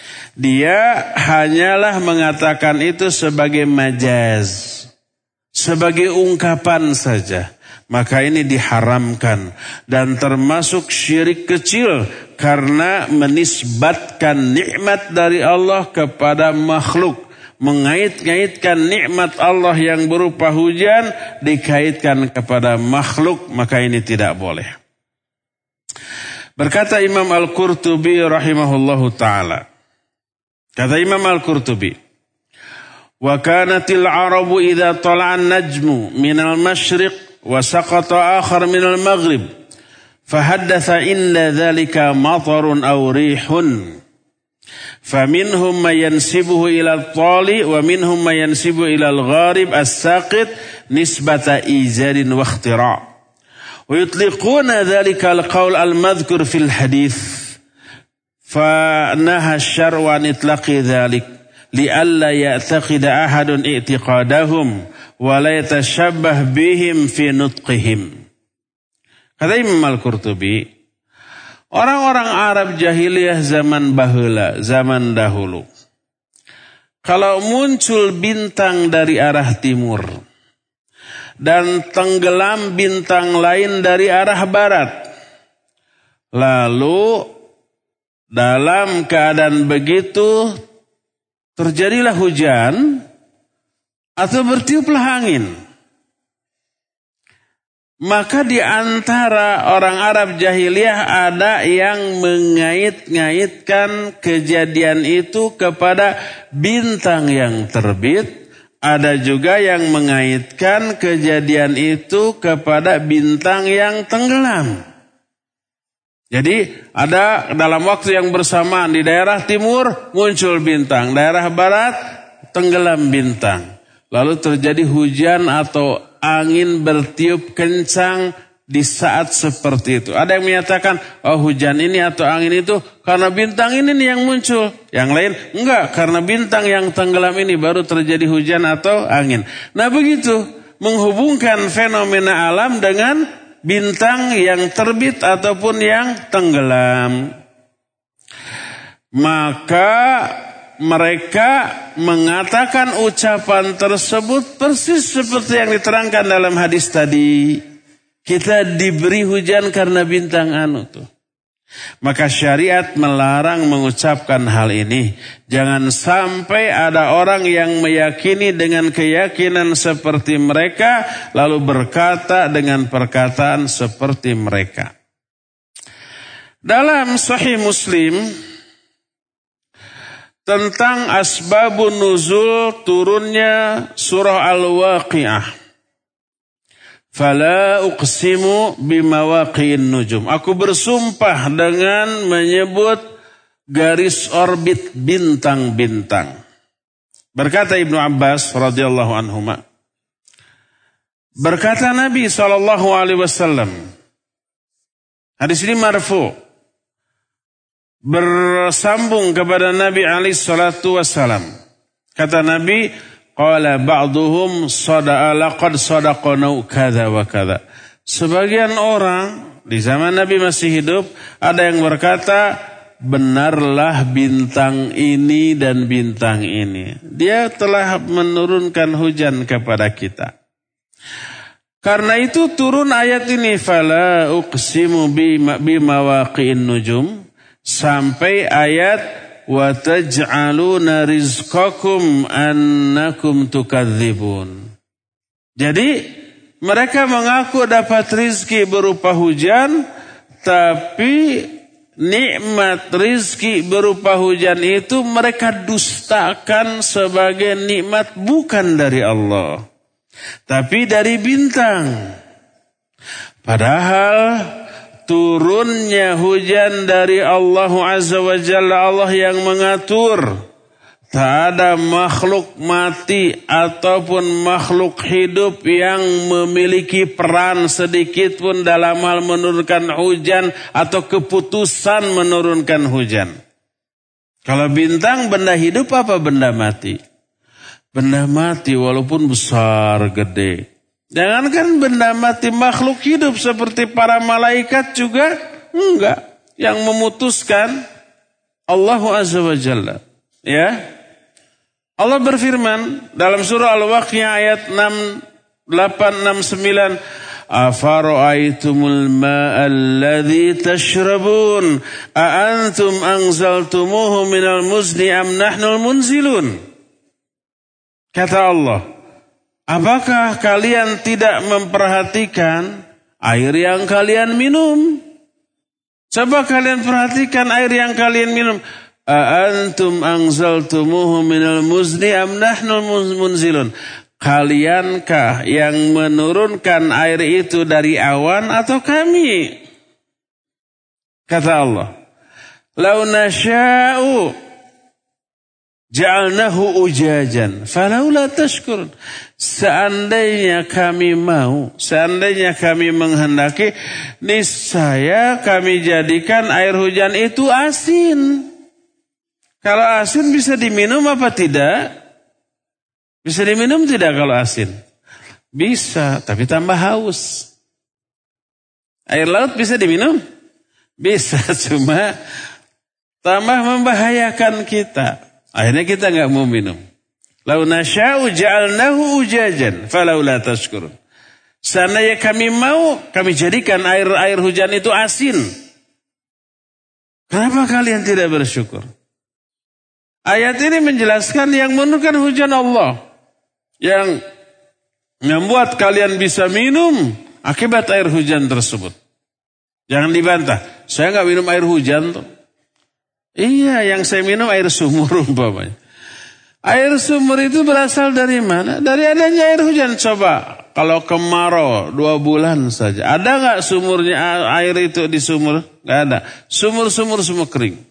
Speaker 2: dia hanyalah mengatakan itu sebagai majaz, sebagai ungkapan saja. Maka ini diharamkan dan termasuk syirik kecil karena menisbatkan nikmat dari Allah kepada makhluk. Mengait-ngaitkan nikmat Allah yang berupa hujan dikaitkan kepada makhluk, maka ini tidak boleh. Berkata Imam Al-Qurtubi rahimahullahu ta'ala, kata Imam Al-Qurtubi, wa kanatil arabu idza tala'an najmu minal masyriq wa saqata akhar minal maghrib fahaddatha inna dhalika matarun aw rihun faminhum man yansibuhu ila al-tali wa minhum man yansibuhu ila al-gharib as-saqit nisbata ijadin wa ikhtira' wa yutliquna dhalika al-qawl al-madhkur fil hadith فنهى الشرع عن إطلاق ذلك لئلا يعتقد أحد اعتقادهم ولا يتشبه بهم في نطقهم. Kata Imam Al-Qurtubi, orang-orang Arab jahiliyah zaman baheula, zaman dahulu, kalau muncul bintang dari arah timur dan tenggelam bintang lain dari arah barat, lalu dalam keadaan begitu terjadilah hujan atau bertiuplah angin. Maka di antara orang Arab jahiliyah ada yang mengait-ngaitkan kejadian itu kepada bintang yang terbit. Ada juga yang mengaitkan kejadian itu kepada bintang yang tenggelam. Jadi ada dalam waktu yang bersamaan di daerah timur muncul bintang, daerah barat tenggelam bintang. Lalu terjadi hujan atau angin bertiup kencang di saat seperti itu. Ada yang menyatakan, oh hujan ini atau angin itu karena bintang ini nih yang muncul. Yang lain, enggak, karena bintang yang tenggelam ini baru terjadi hujan atau angin. Nah begitu, menghubungkan fenomena alam dengan bintang yang terbit ataupun yang tenggelam. Maka mereka mengatakan ucapan tersebut persis seperti yang diterangkan dalam hadis tadi. Kita diberi hujan karena bintang anu tuh. Maka syariat melarang mengucapkan hal ini. Jangan sampai ada orang yang meyakini dengan keyakinan seperti mereka, lalu berkata dengan perkataan seperti mereka. Dalam Sahih Muslim, tentang asbabun nuzul turunnya surah Al-Waqi'ah. Fala uqsimu bimawaqi'in nujum. Aku bersumpah dengan menyebut garis orbit bintang-bintang. Berkata Ibnu Abbas radhiyallahu anhuma. Berkata Nabi sallallahu alaihi wasallam. Hadis ini marfu. Bersambung kepada Nabi alaihi salatu wasallam. Kata Nabi, qala ba'duhum sada'a laqad sadaqana kadza wa kadza. Sebagian orang di zaman Nabi masih hidup ada yang berkata, benarlah bintang ini dan bintang ini. Dia telah menurunkan hujan kepada kita. Karena itu turun ayat ini, fala uqsimu bimawaqi'in nujum, sampai ayat wa taj'aluna rizqakum annakum tukadzibun. Jadi mereka mengaku dapat rizki berupa hujan, tapi nikmat rizki berupa hujan itu mereka dustakan sebagai nikmat bukan dari Allah, tapi dari bintang. Padahal turunnya hujan dari Allah Azza wa Jalla, Allah yang mengatur. Tak ada makhluk mati ataupun makhluk hidup yang memiliki peran sedikit pun dalam hal menurunkan hujan atau keputusan menurunkan hujan. Kalau bintang benda hidup apa benda mati? Benda mati walaupun besar, gede. Jangankan benda mati, makhluk hidup seperti para malaikat juga enggak. Yang memutuskan Allah Azza wa Jalla. Ya. Allah berfirman dalam surah Al-Waqi'ah ayat enam delapan enam sembilan, afara'aitumul ma'a alladhi tashrabun a antum anzaltumuhu minal muzni am nahnul munzilun. Kata Allah, apakah kalian tidak memperhatikan air yang kalian minum? Coba kalian perhatikan air yang kalian minum. A antum anzaltumuhu minal muzni am nahnul munzilun. Kaliankah yang menurunkan air itu dari awan atau kami? Kata Allah, lau nasya'u ja'alnahu ujajan falaula tashkurun. Seandainya kami mau, seandainya kami menghendaki, niscaya kami jadikan air hujan itu asin. Kalau asin bisa diminum apa tidak? Bisa diminum tidak kalau asin? Bisa, tapi tambah haus. Air laut bisa diminum? Bisa, cuma tambah membahayakan kita. Akhirnya kita nggak mau minum. Lau nasya'u ja'alnahu ujajan falaula tashkurun. Seandainya kami mau, kami jadikan air air hujan itu asin. Kenapa kalian tidak bersyukur? Ayat ini menjelaskan yang menurunkan hujan Allah, yang membuat kalian bisa minum akibat air hujan tersebut. Jangan dibantah, saya nggak minum air hujan tuh. Iya, yang saya minum air sumur umpamanya. Air sumur itu berasal dari mana? Dari adanya air hujan. Coba kalau kemarau dua bulan saja, ada nggak sumurnya air itu di sumur? Nggak ada. Sumur-sumur semua kering.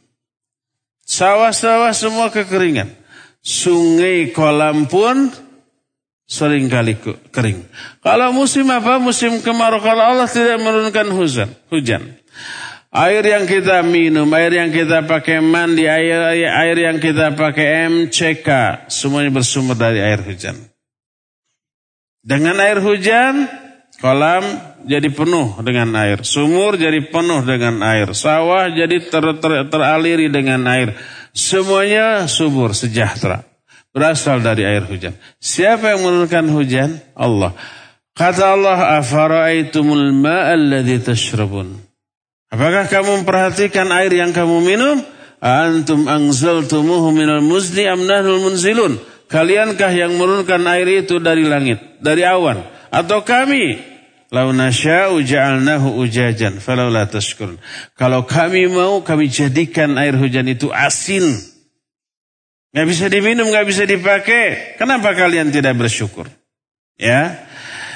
Speaker 2: Sawah-sawah semua kekeringan. Sungai, kolam pun seringkali kering. Kalau musim apa? Musim kemarau. Kalau Allah tidak menurunkan hujan, hujan. Air yang kita minum, air yang kita pakai mandi, air air yang kita pakai M C K, semuanya bersumber dari air hujan. Dengan air hujan, kolam jadi penuh dengan air, sumur jadi penuh dengan air, sawah jadi ter, ter, teraliri dengan air. Semuanya subur, sejahtera. Berasal dari air hujan. Siapa yang menurunkan hujan? Allah. Kata Allah, afara'aitumul ma'a alladhi tashrabun. Apakah kamu memperhatikan air yang kamu minum? Antum anzaltumuhu minal muzni am nahnul munzilun. Kaliankah yang menurunkan air itu dari langit, dari awan, atau kami? Lau nasya'u ja'alnahu ujajan falaula tashkurun. Kalau kami mau, kami jadikan air hujan itu asin. Gak bisa diminum, gak bisa dipakai. Kenapa kalian tidak bersyukur? Ya.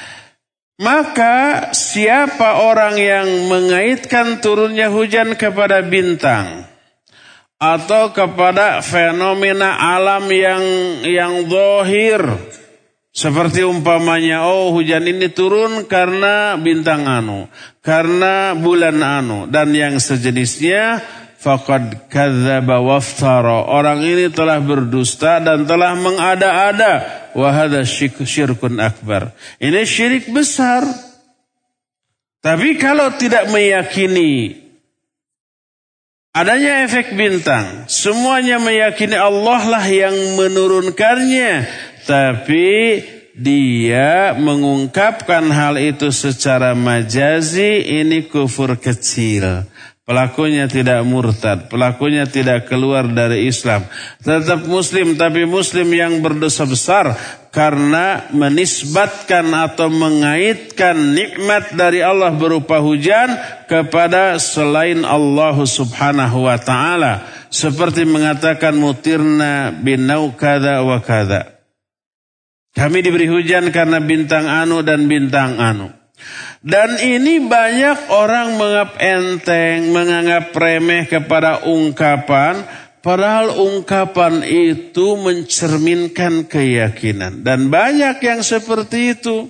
Speaker 2: Maka siapa orang yang mengaitkan turunnya hujan kepada bintang atau kepada fenomena alam yang yang zahir, seperti umpamanya, oh hujan ini turun karena bintang anu, karena bulan anu, dan yang sejenisnya, faqad kadzdzaba waftara. Orang ini telah berdusta dan telah mengada-ada. Wa hadza syirkun akbar. Ini syirik besar. Tapi kalau tidak meyakini adanya efek bintang, semuanya meyakini Allah lah yang menurunkannya, tapi dia mengungkapkan hal itu secara majazi, ini kufur kecil. Pelakunya tidak murtad, pelakunya tidak keluar dari Islam. Tetap muslim, tapi muslim yang berdosa besar karena menisbatkan atau mengaitkan nikmat dari Allah berupa hujan kepada selain Allah subhanahu wa ta'ala. Seperti mengatakan mutirna binau kada wa kada. Kami diberi hujan karena bintang anu dan bintang anu. Dan ini banyak orang menganggap enteng, menganggap remeh kepada ungkapan, padahal ungkapan itu mencerminkan keyakinan. Dan banyak yang seperti itu.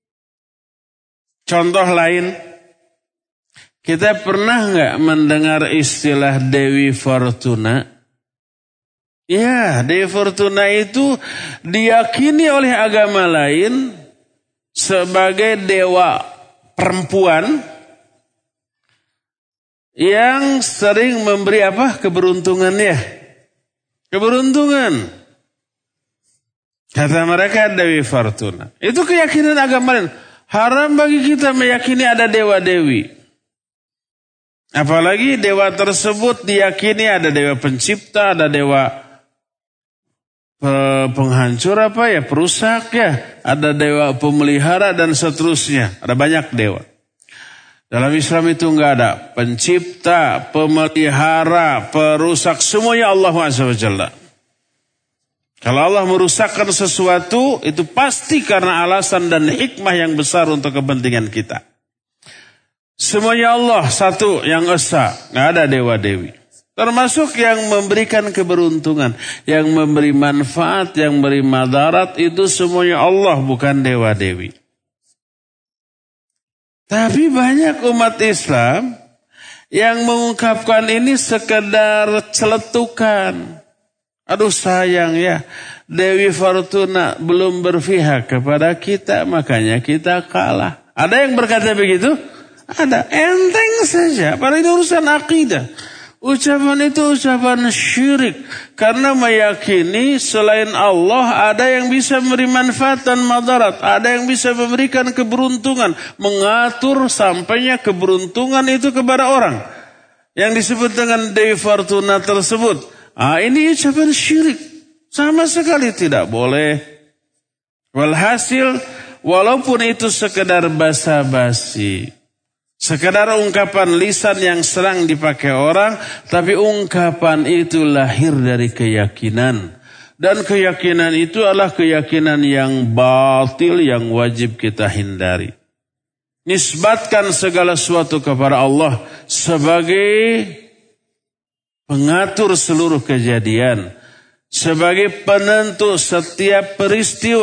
Speaker 2: Contoh lain, kita pernah nggak mendengar istilah Dewi Fortuna? Ya, Dewi Fortuna itu diyakini oleh agama lain sebagai dewa perempuan yang sering memberi apa? Keberuntungan ya. Keberuntungan. Kata mereka Dewi Fortuna. Itu keyakinan agama lain. Haram bagi kita meyakini ada dewa-dewi. Apalagi dewa tersebut diyakini ada dewa pencipta, ada dewa penghancur apa ya, perusak ya, ada dewa pemelihara dan seterusnya, ada banyak dewa. Dalam Islam itu enggak ada pencipta, pemelihara, perusak, semuanya Allah Azza wa Jalla. Kalau Allah merusakkan sesuatu itu pasti karena alasan dan hikmah yang besar untuk kepentingan kita. Semuanya Allah satu yang esa, enggak ada dewa-dewi. Termasuk yang memberikan keberuntungan, yang memberi manfaat, yang memberi madarat, itu semuanya Allah, bukan dewa-dewi. Tapi banyak umat Islam yang mengungkapkan ini sekedar celetukan. Aduh sayang ya, Dewi Fortuna belum berpihak kepada kita, makanya kita kalah. Ada yang berkata begitu? Ada, enteng saja, padahal ini urusan akidah. Ucapan itu ucapan syirik. Karena meyakini selain Allah ada yang bisa memberi manfaat dan madarat. Ada yang bisa memberikan keberuntungan. Mengatur sampainya keberuntungan itu kepada orang. Yang disebut dengan Dewi Fortuna tersebut. Ah, ini ucapan syirik. Sama sekali tidak boleh. Walhasil, walaupun itu sekedar basa-basi. Sekedar ungkapan lisan yang serang dipakai orang, tapi ungkapan itu lahir dari keyakinan. Dan keyakinan itu adalah keyakinan yang batil yang wajib kita hindari. Nisbatkan segala sesuatu kepada Allah sebagai pengatur seluruh kejadian, sebagai penentu setiap peristiwa.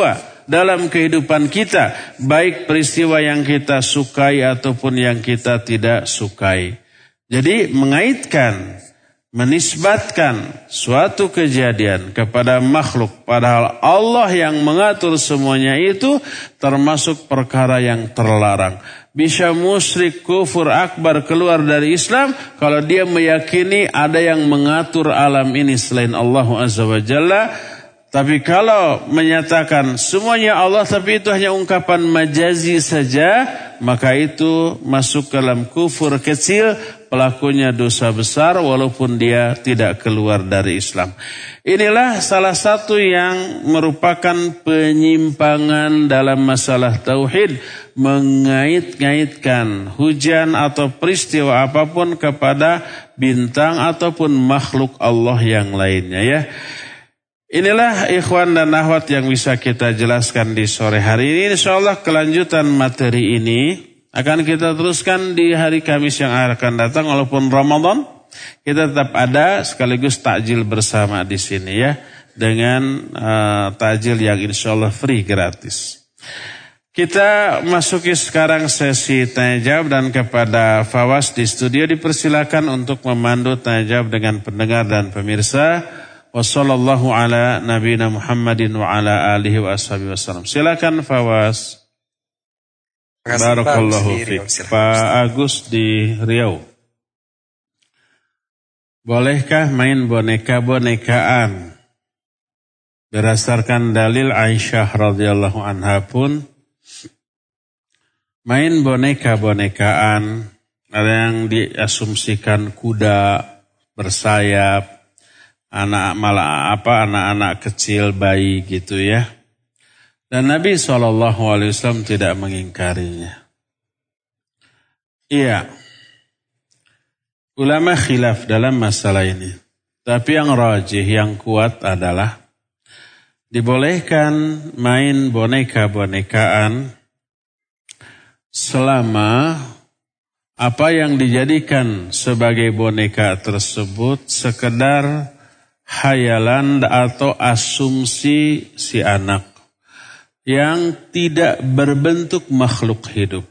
Speaker 2: dalam kehidupan kita, baik peristiwa yang kita sukai ataupun yang kita tidak sukai. Jadi mengaitkan, menisbatkan suatu kejadian kepada makhluk, padahal Allah yang mengatur semuanya itu termasuk perkara yang terlarang. Bisa musyrik kufur akbar keluar dari Islam kalau dia meyakini ada yang mengatur alam ini selain Allah Azza wa Jalla. Tapi kalau menyatakan semuanya Allah tapi itu hanya ungkapan majazi saja, maka itu masuk ke dalam kufur kecil, pelakunya dosa besar walaupun dia tidak keluar dari Islam. Inilah salah satu yang merupakan penyimpangan dalam masalah tauhid, mengait-ngaitkan hujan atau peristiwa apapun kepada bintang ataupun makhluk Allah yang lainnya ya. Inilah ikhwan dan akhwat yang bisa kita jelaskan di sore hari ini. InsyaAllah kelanjutan materi ini akan kita teruskan di hari Kamis yang akan datang. Walaupun Ramadan, kita tetap ada sekaligus takjil bersama di sini ya. Dengan uh, takjil yang insyaallah free, gratis. Kita masuki sekarang sesi tanya jawab dan kepada Fawaz di studio dipersilakan untuk memandu tanya jawab dengan pendengar dan pemirsa. Wassallallahu ala nabiyina Muhammadin wa ala alihi wa ashabihi wasallam. Silakan Fawaz. Barakallahu fiik. Pak Agus di Riau. Bolehkah main boneka-bonekaan? Berdasarkan dalil Aisyah radhiyallahu anha pun main boneka-bonekaan, ada yang diasumsikan kuda bersayap, anak malah apa anak-anak kecil bayi gitu ya. Dan Nabi shallallahu alaihi wasallam tidak mengingkarinya. Iya. Ulama khilaf dalam masalah ini. Tapi yang rajih, yang kuat adalah dibolehkan main boneka-bonekaan selama apa yang dijadikan sebagai boneka tersebut sekedar hayalan atau asumsi si anak yang tidak berbentuk makhluk hidup.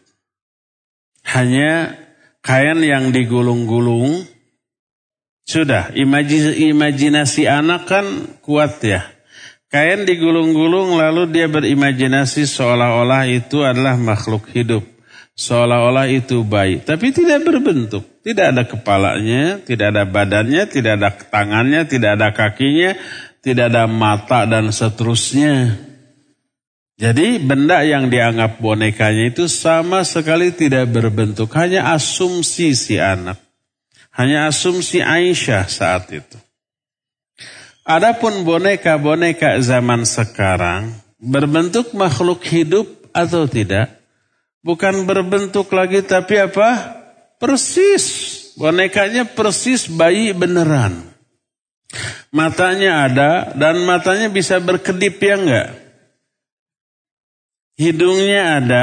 Speaker 2: Hanya kain yang digulung-gulung. Sudah, imajinasi anak kan kuat ya. Kain digulung-gulung lalu dia berimajinasi seolah-olah itu adalah makhluk hidup. Seolah-olah itu bayi. Tapi tidak berbentuk. Tidak ada kepalanya, tidak ada badannya, tidak ada tangannya, tidak ada kakinya, tidak ada mata dan seterusnya. Jadi benda yang dianggap bonekanya itu sama sekali tidak berbentuk. Hanya asumsi si anak. Hanya asumsi Aisyah saat itu. Adapun boneka-boneka zaman sekarang berbentuk makhluk hidup atau tidak? Bukan berbentuk lagi tapi apa? Persis. Bonekanya persis bayi beneran. Matanya ada dan matanya bisa berkedip ya enggak? Hidungnya ada.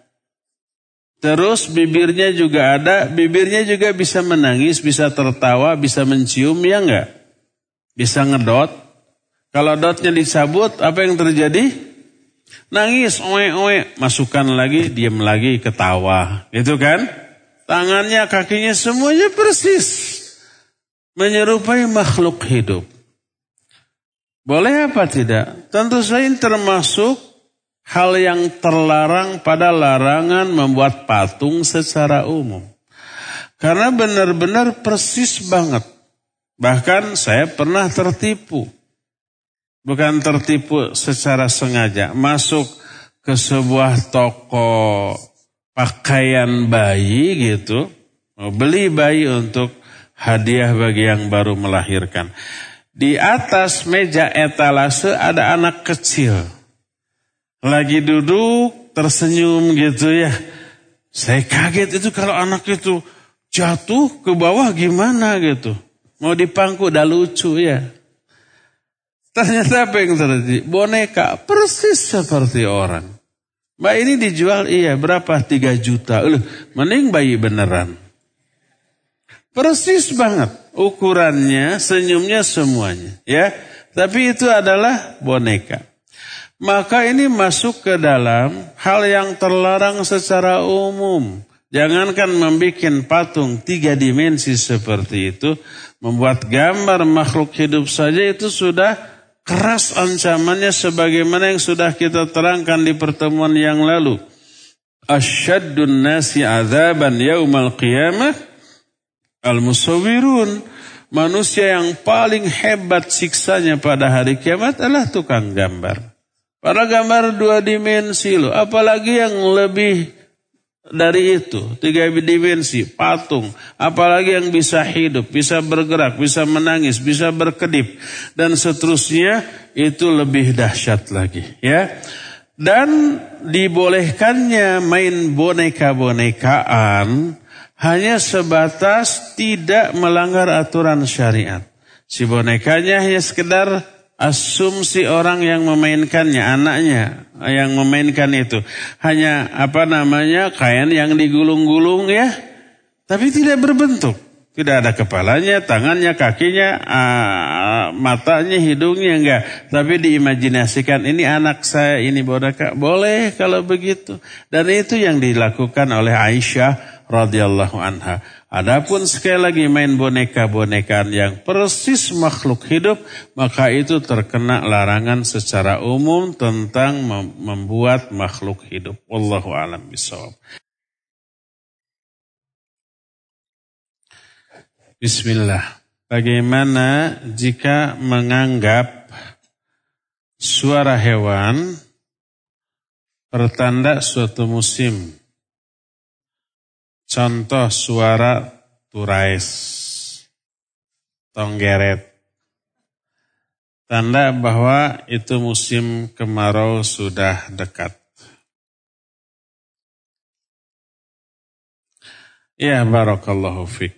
Speaker 2: Terus bibirnya juga ada. Bibirnya juga bisa menangis, bisa tertawa, bisa mencium ya enggak? Bisa ngedot. Kalau dotnya dicabut apa yang terjadi? Nangis, oe-oe. Masukkan lagi, diam lagi, ketawa. Gitu kan? Tangannya, kakinya semuanya persis. Menyerupai makhluk hidup. Boleh apa tidak? Tentu saja termasuk hal yang terlarang pada larangan membuat patung secara umum. Karena benar-benar persis banget. Bahkan saya pernah tertipu. Bukan tertipu secara sengaja. Masuk ke sebuah toko pakaian bayi gitu. Mau beli bayi untuk hadiah bagi yang baru melahirkan. Di atas meja etalase ada anak kecil. Lagi duduk tersenyum gitu ya. Saya kaget itu kalau anak itu jatuh ke bawah gimana gitu. Mau dipangku udah lucu ya. Ternyata apa yang terjadi? Boneka persis seperti orang. Mbak ini dijual iya berapa? tiga juta. Loh, mending bayi beneran. Persis banget. Ukurannya, senyumnya semuanya. Ya, tapi itu adalah boneka. maka ini masuk ke dalam hal yang terlarang secara umum. Jangankan membuat patung tiga dimensi seperti itu, membuat gambar makhluk hidup saja itu sudah keras ancamannya sebagaimana yang sudah kita terangkan di pertemuan yang lalu. Asyaddun nasi azaban yaumal qiyamah al-musawwirun. Manusia yang paling hebat siksanya pada hari kiamat adalah tukang gambar. Para gambar dua dimensi loh, apalagi yang lebih dari itu, tiga dimensi, patung, apalagi yang bisa hidup, bisa bergerak, bisa menangis, bisa berkedip, dan seterusnya, itu lebih dahsyat lagi, ya. Dan dibolehkannya main boneka-bonekaan hanya sebatas tidak melanggar aturan syariat. Si bonekanya hanya sekedar asumsi orang yang memainkannya, anaknya yang memainkan itu. Hanya apa namanya, kain yang digulung-gulung ya, tapi tidak berbentuk. Tidak ada kepalanya, tangannya, kakinya, uh, matanya, hidungnya, enggak. Tapi diimajinasikan, ini anak saya, ini boneka. Boleh kalau begitu. Dan itu yang dilakukan oleh Aisyah radhiyallahu anha. Adapun sekali lagi main boneka-bonekaan yang persis makhluk hidup, maka itu terkena larangan secara umum tentang membuat makhluk hidup. Wallahu a'lam bishawab. Bismillah. Bagaimana jika menganggap suara hewan pertanda suatu musim? Contoh suara turais, tonggeret. Tanda bahwa itu musim kemarau sudah dekat. Ya, barakallahu fik.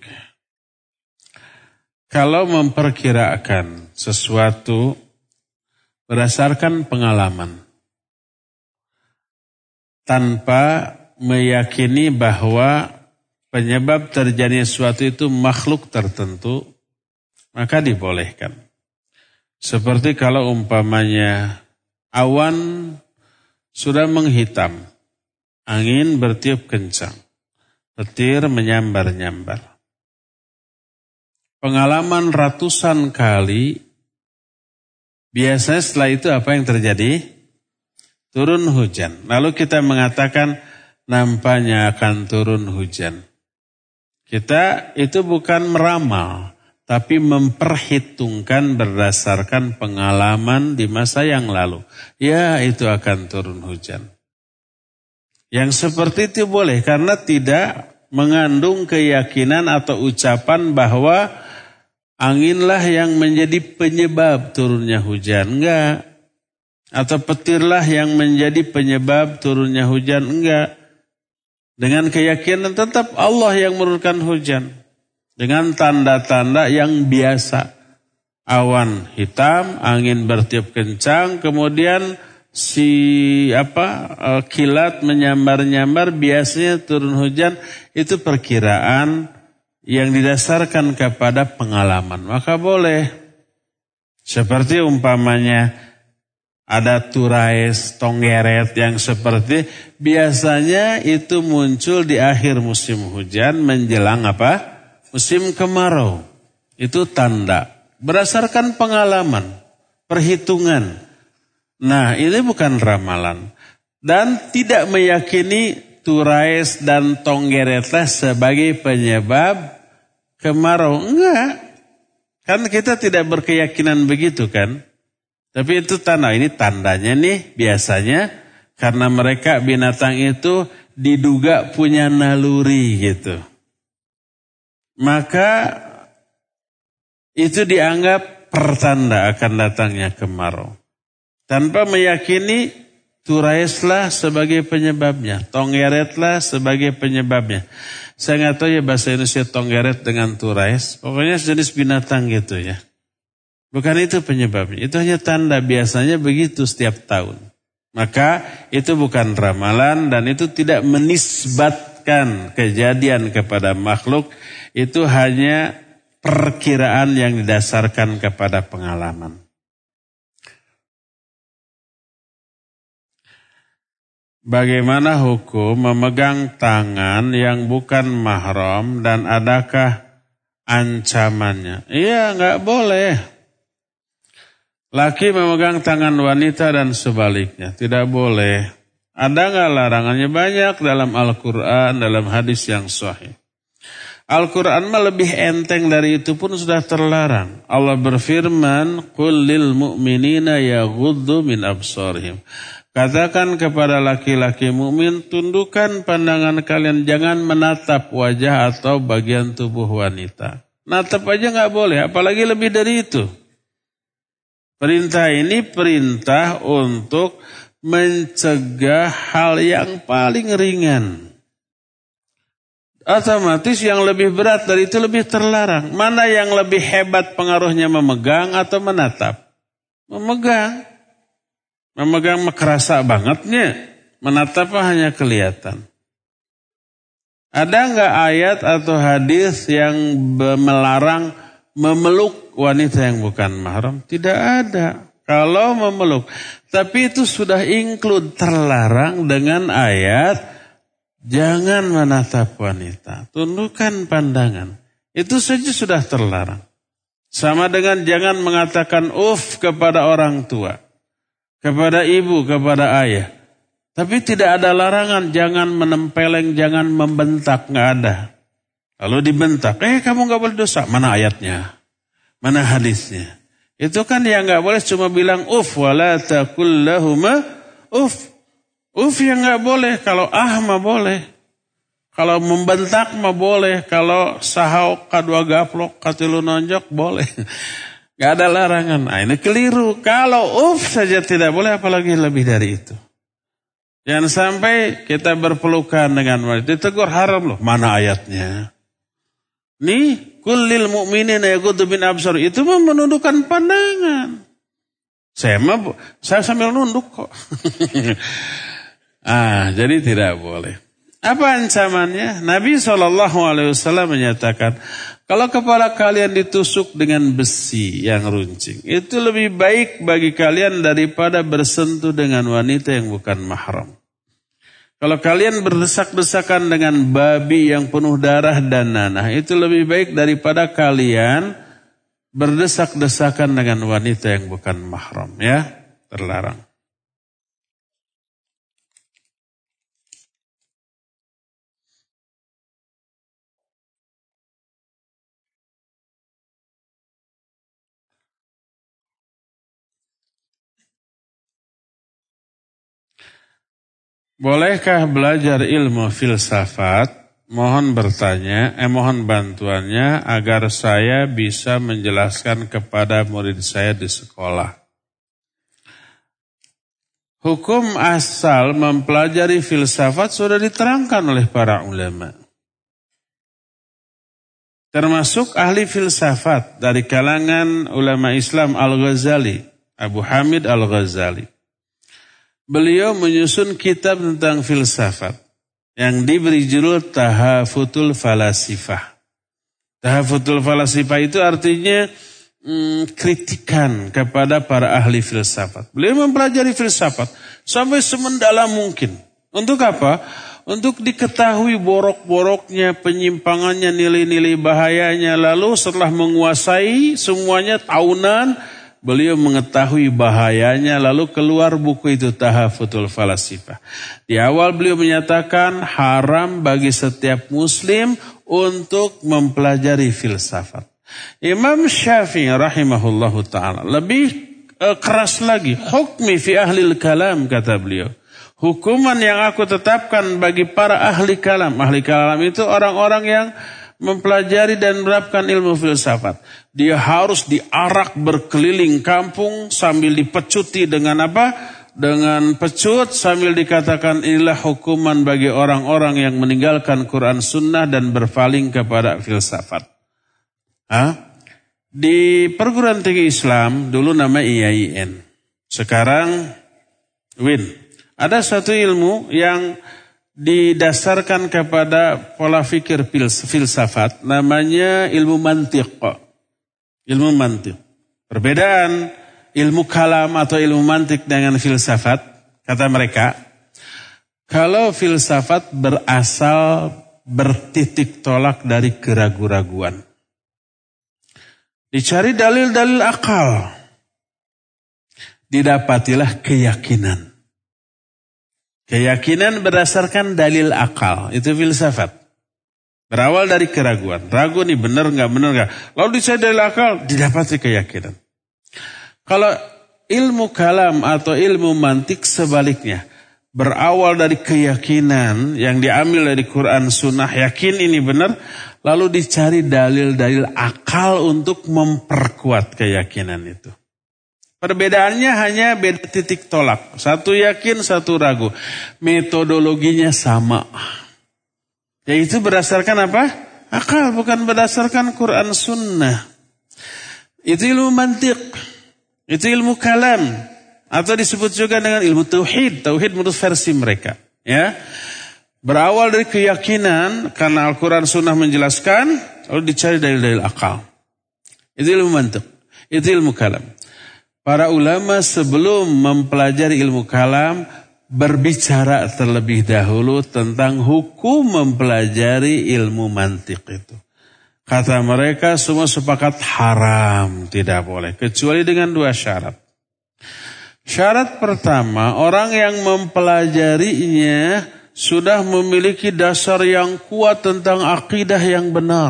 Speaker 2: Kalau memperkirakan sesuatu berdasarkan pengalaman, tanpa meyakini bahwa penyebab terjadinya sesuatu itu makhluk tertentu, maka dibolehkan. Seperti kalau umpamanya awan sudah menghitam, angin bertiup kencang, petir menyambar-nyambar. Pengalaman ratusan kali, biasanya setelah itu apa yang terjadi? Turun hujan. Lalu kita mengatakan nampaknya akan turun hujan. Kita itu bukan meramal, tapi memperhitungkan berdasarkan pengalaman di masa yang lalu. Ya, itu akan turun hujan. Yang seperti itu boleh karena tidak mengandung keyakinan atau ucapan bahwa anginlah yang menjadi penyebab turunnya hujan. Enggak. Atau petirlah yang menjadi penyebab turunnya hujan. Enggak. Dengan keyakinan tetap Allah yang menurunkan hujan. Dengan tanda-tanda yang biasa. Awan hitam, angin bertiup kencang, kemudian si apa kilat menyambar-nyambar, biasanya turun hujan. Itu perkiraan yang didasarkan kepada pengalaman. Maka boleh. Seperti umpamanya ada turais, tonggeret yang seperti biasanya itu muncul di akhir musim hujan menjelang apa? Musim kemarau. Itu tanda. Berdasarkan pengalaman, perhitungan. Nah, ini bukan ramalan. Dan tidak meyakini turais dan tonggeretlah sebagai penyebab kemarau. Enggak. Kan kita tidak berkeyakinan begitu kan. Tapi itu tanda, ini tandanya nih biasanya karena mereka binatang itu diduga punya naluri gitu. Maka itu dianggap pertanda akan datangnya kemarau. Tanpa meyakini turaislah sebagai penyebabnya, tonggeretlah sebagai penyebabnya. Saya nggak tahu ya bahasa Indonesia tonggeret dengan turais, pokoknya jenis binatang gitu ya. Bukan itu penyebabnya, itu hanya tanda, biasanya begitu setiap tahun. Maka itu bukan ramalan dan itu tidak menisbatkan kejadian kepada makhluk, itu hanya perkiraan yang didasarkan kepada pengalaman. bagaimana hukum memegang tangan yang bukan mahram dan adakah ancamannya? Iya, nggak boleh. Laki memegang tangan wanita dan sebaliknya, tidak boleh. Ada nggak larangannya? Banyak dalam Al-Quran, dalam hadis yang sahih. Al-Quran mah lebih enteng dari itu pun sudah terlarang. Allah berfirman, "Qul lil mu'minina yaghuddu min absarihim." Katakan kepada laki-laki mukmin, tundukkan pandangan kalian, jangan menatap wajah atau bagian tubuh wanita. Natap aja nggak boleh, apalagi lebih dari itu. Perintah ini perintah untuk mencegah hal yang paling ringan. Otomatis yang lebih berat dari itu lebih terlarang. Mana yang lebih hebat pengaruhnya, memegang atau menatap? Memegang. Memegang kerasa bangetnya. Menatap hanya kelihatan. Ada enggak ayat atau hadis yang melarang memeluk wanita yang bukan mahram? Tidak ada. Kalau memeluk. Tapi itu sudah include, terlarang dengan ayat jangan menatap wanita, tundukkan pandangan. Itu saja sudah terlarang. Sama dengan jangan mengatakan uf kepada orang tua, kepada ibu, kepada ayah. Tapi tidak ada larangan, jangan menempeleng, jangan membentak, nggak ada. Lalu dibentak, eh kamu nggak boleh dosa. Mana ayatnya? Mana hadisnya? Itu kan yang nggak boleh cuma bilang uf, wala taqul lahuma uf. Uf yang nggak boleh, kalau ah mah boleh. Kalau membentak mah boleh, kalau sahau kadua gaplok, katilu nonjok boleh. Nggak ada larangan. Nah, ini keliru. Kalau uf saja tidak boleh, apalagi lebih dari itu. Jangan sampai kita berpelukan dengan wanita. Ditegur haram loh. Mana ayatnya? Nih, kullil mu'minin yaghuddu min absar. Itu mah menundukkan pandangan. Saya mah, saya sambil nunduk kok. Ah, jadi tidak boleh. Apa ancamannya? Nabi shallallahu alaihi wasallam menyatakan, kalau kepala kalian ditusuk dengan besi yang runcing, itu lebih baik bagi kalian daripada bersentuh dengan wanita yang bukan mahram. Kalau kalian berdesak-desakan dengan babi yang penuh darah dan nanah, itu lebih baik daripada kalian berdesak-desakan dengan wanita yang bukan mahram. Ya, terlarang. Bolehkah belajar ilmu filsafat? Mohon bertanya, eh mohon bantuannya agar saya bisa menjelaskan kepada murid saya di sekolah. Hukum asal mempelajari filsafat sudah diterangkan oleh para ulama. Termasuk ahli filsafat dari kalangan ulama Islam Al-Ghazali, Abu Hamid Al-Ghazali. Beliau menyusun kitab tentang filsafat yang diberi judul Tahafutul Falasifah. Tahafutul Falasifah itu artinya hmm, kritikan kepada para ahli filsafat. Beliau mempelajari filsafat sampai semendalam mungkin. Untuk apa? Untuk diketahui borok-boroknya, penyimpangannya, nilai-nilai bahayanya. Lalu setelah menguasai semuanya tahunan, beliau mengetahui bahayanya, lalu keluar buku itu Tahafutul Falasifah. Di awal beliau menyatakan haram bagi setiap muslim untuk mempelajari filsafat. Imam Syafi'i rahimahullahu ta'ala lebih uh, keras lagi. Hukmi fi ahlil kalam, kata beliau. Hukuman yang aku tetapkan bagi para ahli kalam. Ahli kalam itu orang-orang yang mempelajari dan menerapkan ilmu filsafat. Dia harus diarak berkeliling kampung sambil dipecuti dengan apa? Dengan pecut sambil dikatakan inilah hukuman bagi orang-orang yang meninggalkan Quran Sunnah dan berpaling kepada filsafat. Hah? Di perguruan tinggi Islam dulu nama I A I N. Sekarang W I N. Ada satu ilmu yang didasarkan kepada pola fikir filsafat, namanya ilmu mantiq. Ilmu mantiq. Perbedaan ilmu kalam atau ilmu mantiq dengan filsafat, kata mereka, Kalau filsafat berasal bertitik tolak dari keraguan-raguan. Dicari dalil-dalil akal. Didapatilah keyakinan. Keyakinan berdasarkan dalil akal. Itu filsafat. Berawal dari keraguan. Ragu nih benar nggak benar nggak. Lalu dicari dalil akal, didapati keyakinan. Kalau ilmu kalam atau ilmu mantik sebaliknya. Berawal dari keyakinan yang diambil dari Quran Sunnah, yakin ini benar, lalu dicari dalil-dalil akal untuk memperkuat keyakinan itu. Perbedaannya hanya beda titik tolak. Satu yakin, satu ragu. Metodologinya sama. Yaitu berdasarkan apa? Akal, bukan berdasarkan Quran Sunnah. Itu ilmu mantik. Itu ilmu kalam. Atau disebut juga dengan ilmu tauhid. Tauhid menurut versi mereka. Ya, berawal dari keyakinan karena Al-Quran Sunnah menjelaskan, lalu dicari dalil-dalil akal. Itu ilmu mantik. Itu ilmu kalam. Para ulama sebelum mempelajari ilmu kalam berbicara terlebih dahulu tentang hukum mempelajari ilmu mantik itu. Kata mereka semua sepakat haram, tidak boleh. Kecuali dengan dua syarat. Syarat pertama, orang yang mempelajarinya sudah memiliki dasar yang kuat tentang akidah yang benar.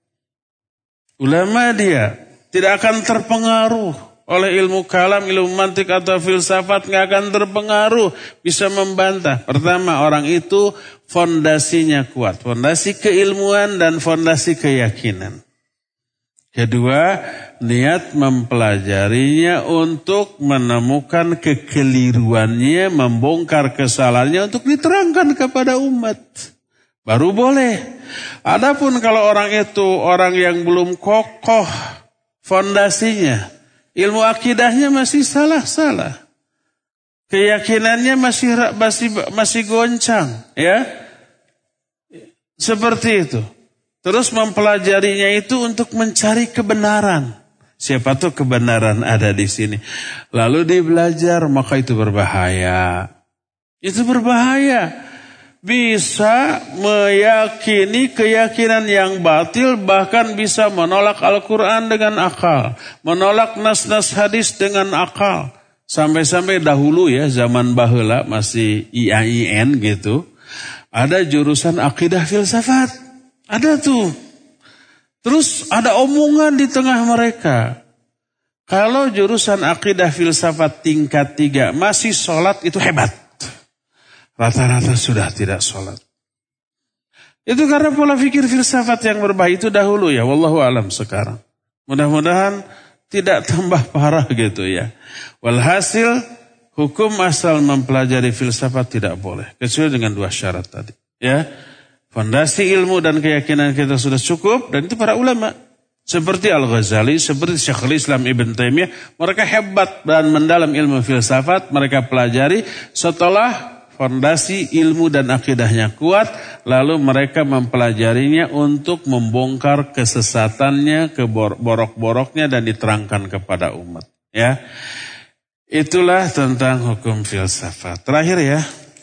Speaker 2: Ulama dia tidak akan terpengaruh oleh ilmu kalam, ilmu mantik atau filsafat, nggak akan terpengaruh, bisa membantah. Pertama, orang itu fondasinya kuat, fondasi keilmuan dan fondasi keyakinan. Kedua, niat mempelajarinya untuk menemukan kekeliruannya, membongkar kesalahannya untuk diterangkan kepada umat. Baru boleh. Adapun kalau orang itu orang yang belum kokoh fondasinya, ilmu akidahnya masih salah-salah, keyakinannya masih masih masih goncang, ya. Seperti itu. Terus mempelajarinya itu untuk mencari kebenaran. Siapa tahu kebenaran ada di sini. Lalu dia belajar, maka itu berbahaya. Itu berbahaya. Bisa meyakini keyakinan yang batil, bahkan bisa menolak Al-Quran dengan akal. Menolak nas-nas hadis dengan akal. Sampai-sampai dahulu ya, zaman baheula masih I A I N gitu. Ada jurusan akidah filsafat. Ada tuh. Terus ada omongan di tengah mereka. Kalau jurusan akidah filsafat tingkat tiga masih sholat itu hebat. Rata-rata sudah tidak sholat. Itu karena pola pikir filsafat yang berbahaya itu dahulu ya. Wallahu alam sekarang. Mudah-mudahan tidak tambah parah gitu ya. Walhasil hukum asal mempelajari filsafat tidak boleh. Kecuali dengan dua syarat tadi. Ya. Fondasi ilmu dan keyakinan kita sudah cukup. Dan itu para ulama. Seperti Al-Ghazali, seperti Syekhul Islam Ibn Taimiyah. Mereka hebat dan mendalam ilmu filsafat. Mereka pelajari setelah fondasi ilmu dan akidahnya kuat. Lalu mereka mempelajarinya untuk membongkar kesesatannya, keborok-boroknya dan diterangkan kepada umat. Ya, itulah tentang hukum filsafat. Terakhir ya.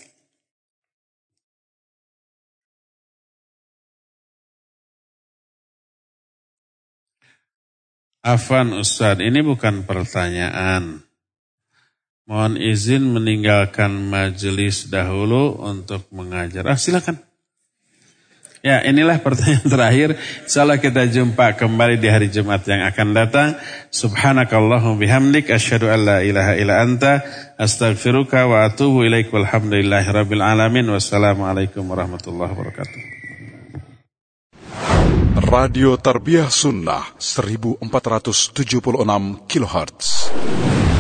Speaker 2: Afwan Ustaz, ini bukan pertanyaan. Mohon izin meninggalkan majelis dahulu untuk mengajar. Ah, silakan. Ya, inilah pertanyaan terakhir. Insyaallah kita jumpa kembali di hari Jumat yang akan datang. Subhanakallahumma bihamdik asyhadu an la ilaha illa anta astaghfiruka wa atubu ilaik. Walhamdulillahirabbil alamin. Wassalamualaikum warahmatullahi wabarakatuh.
Speaker 1: Radio Tarbiyah Sunnah seribu empat ratus tujuh puluh enam kilohertz.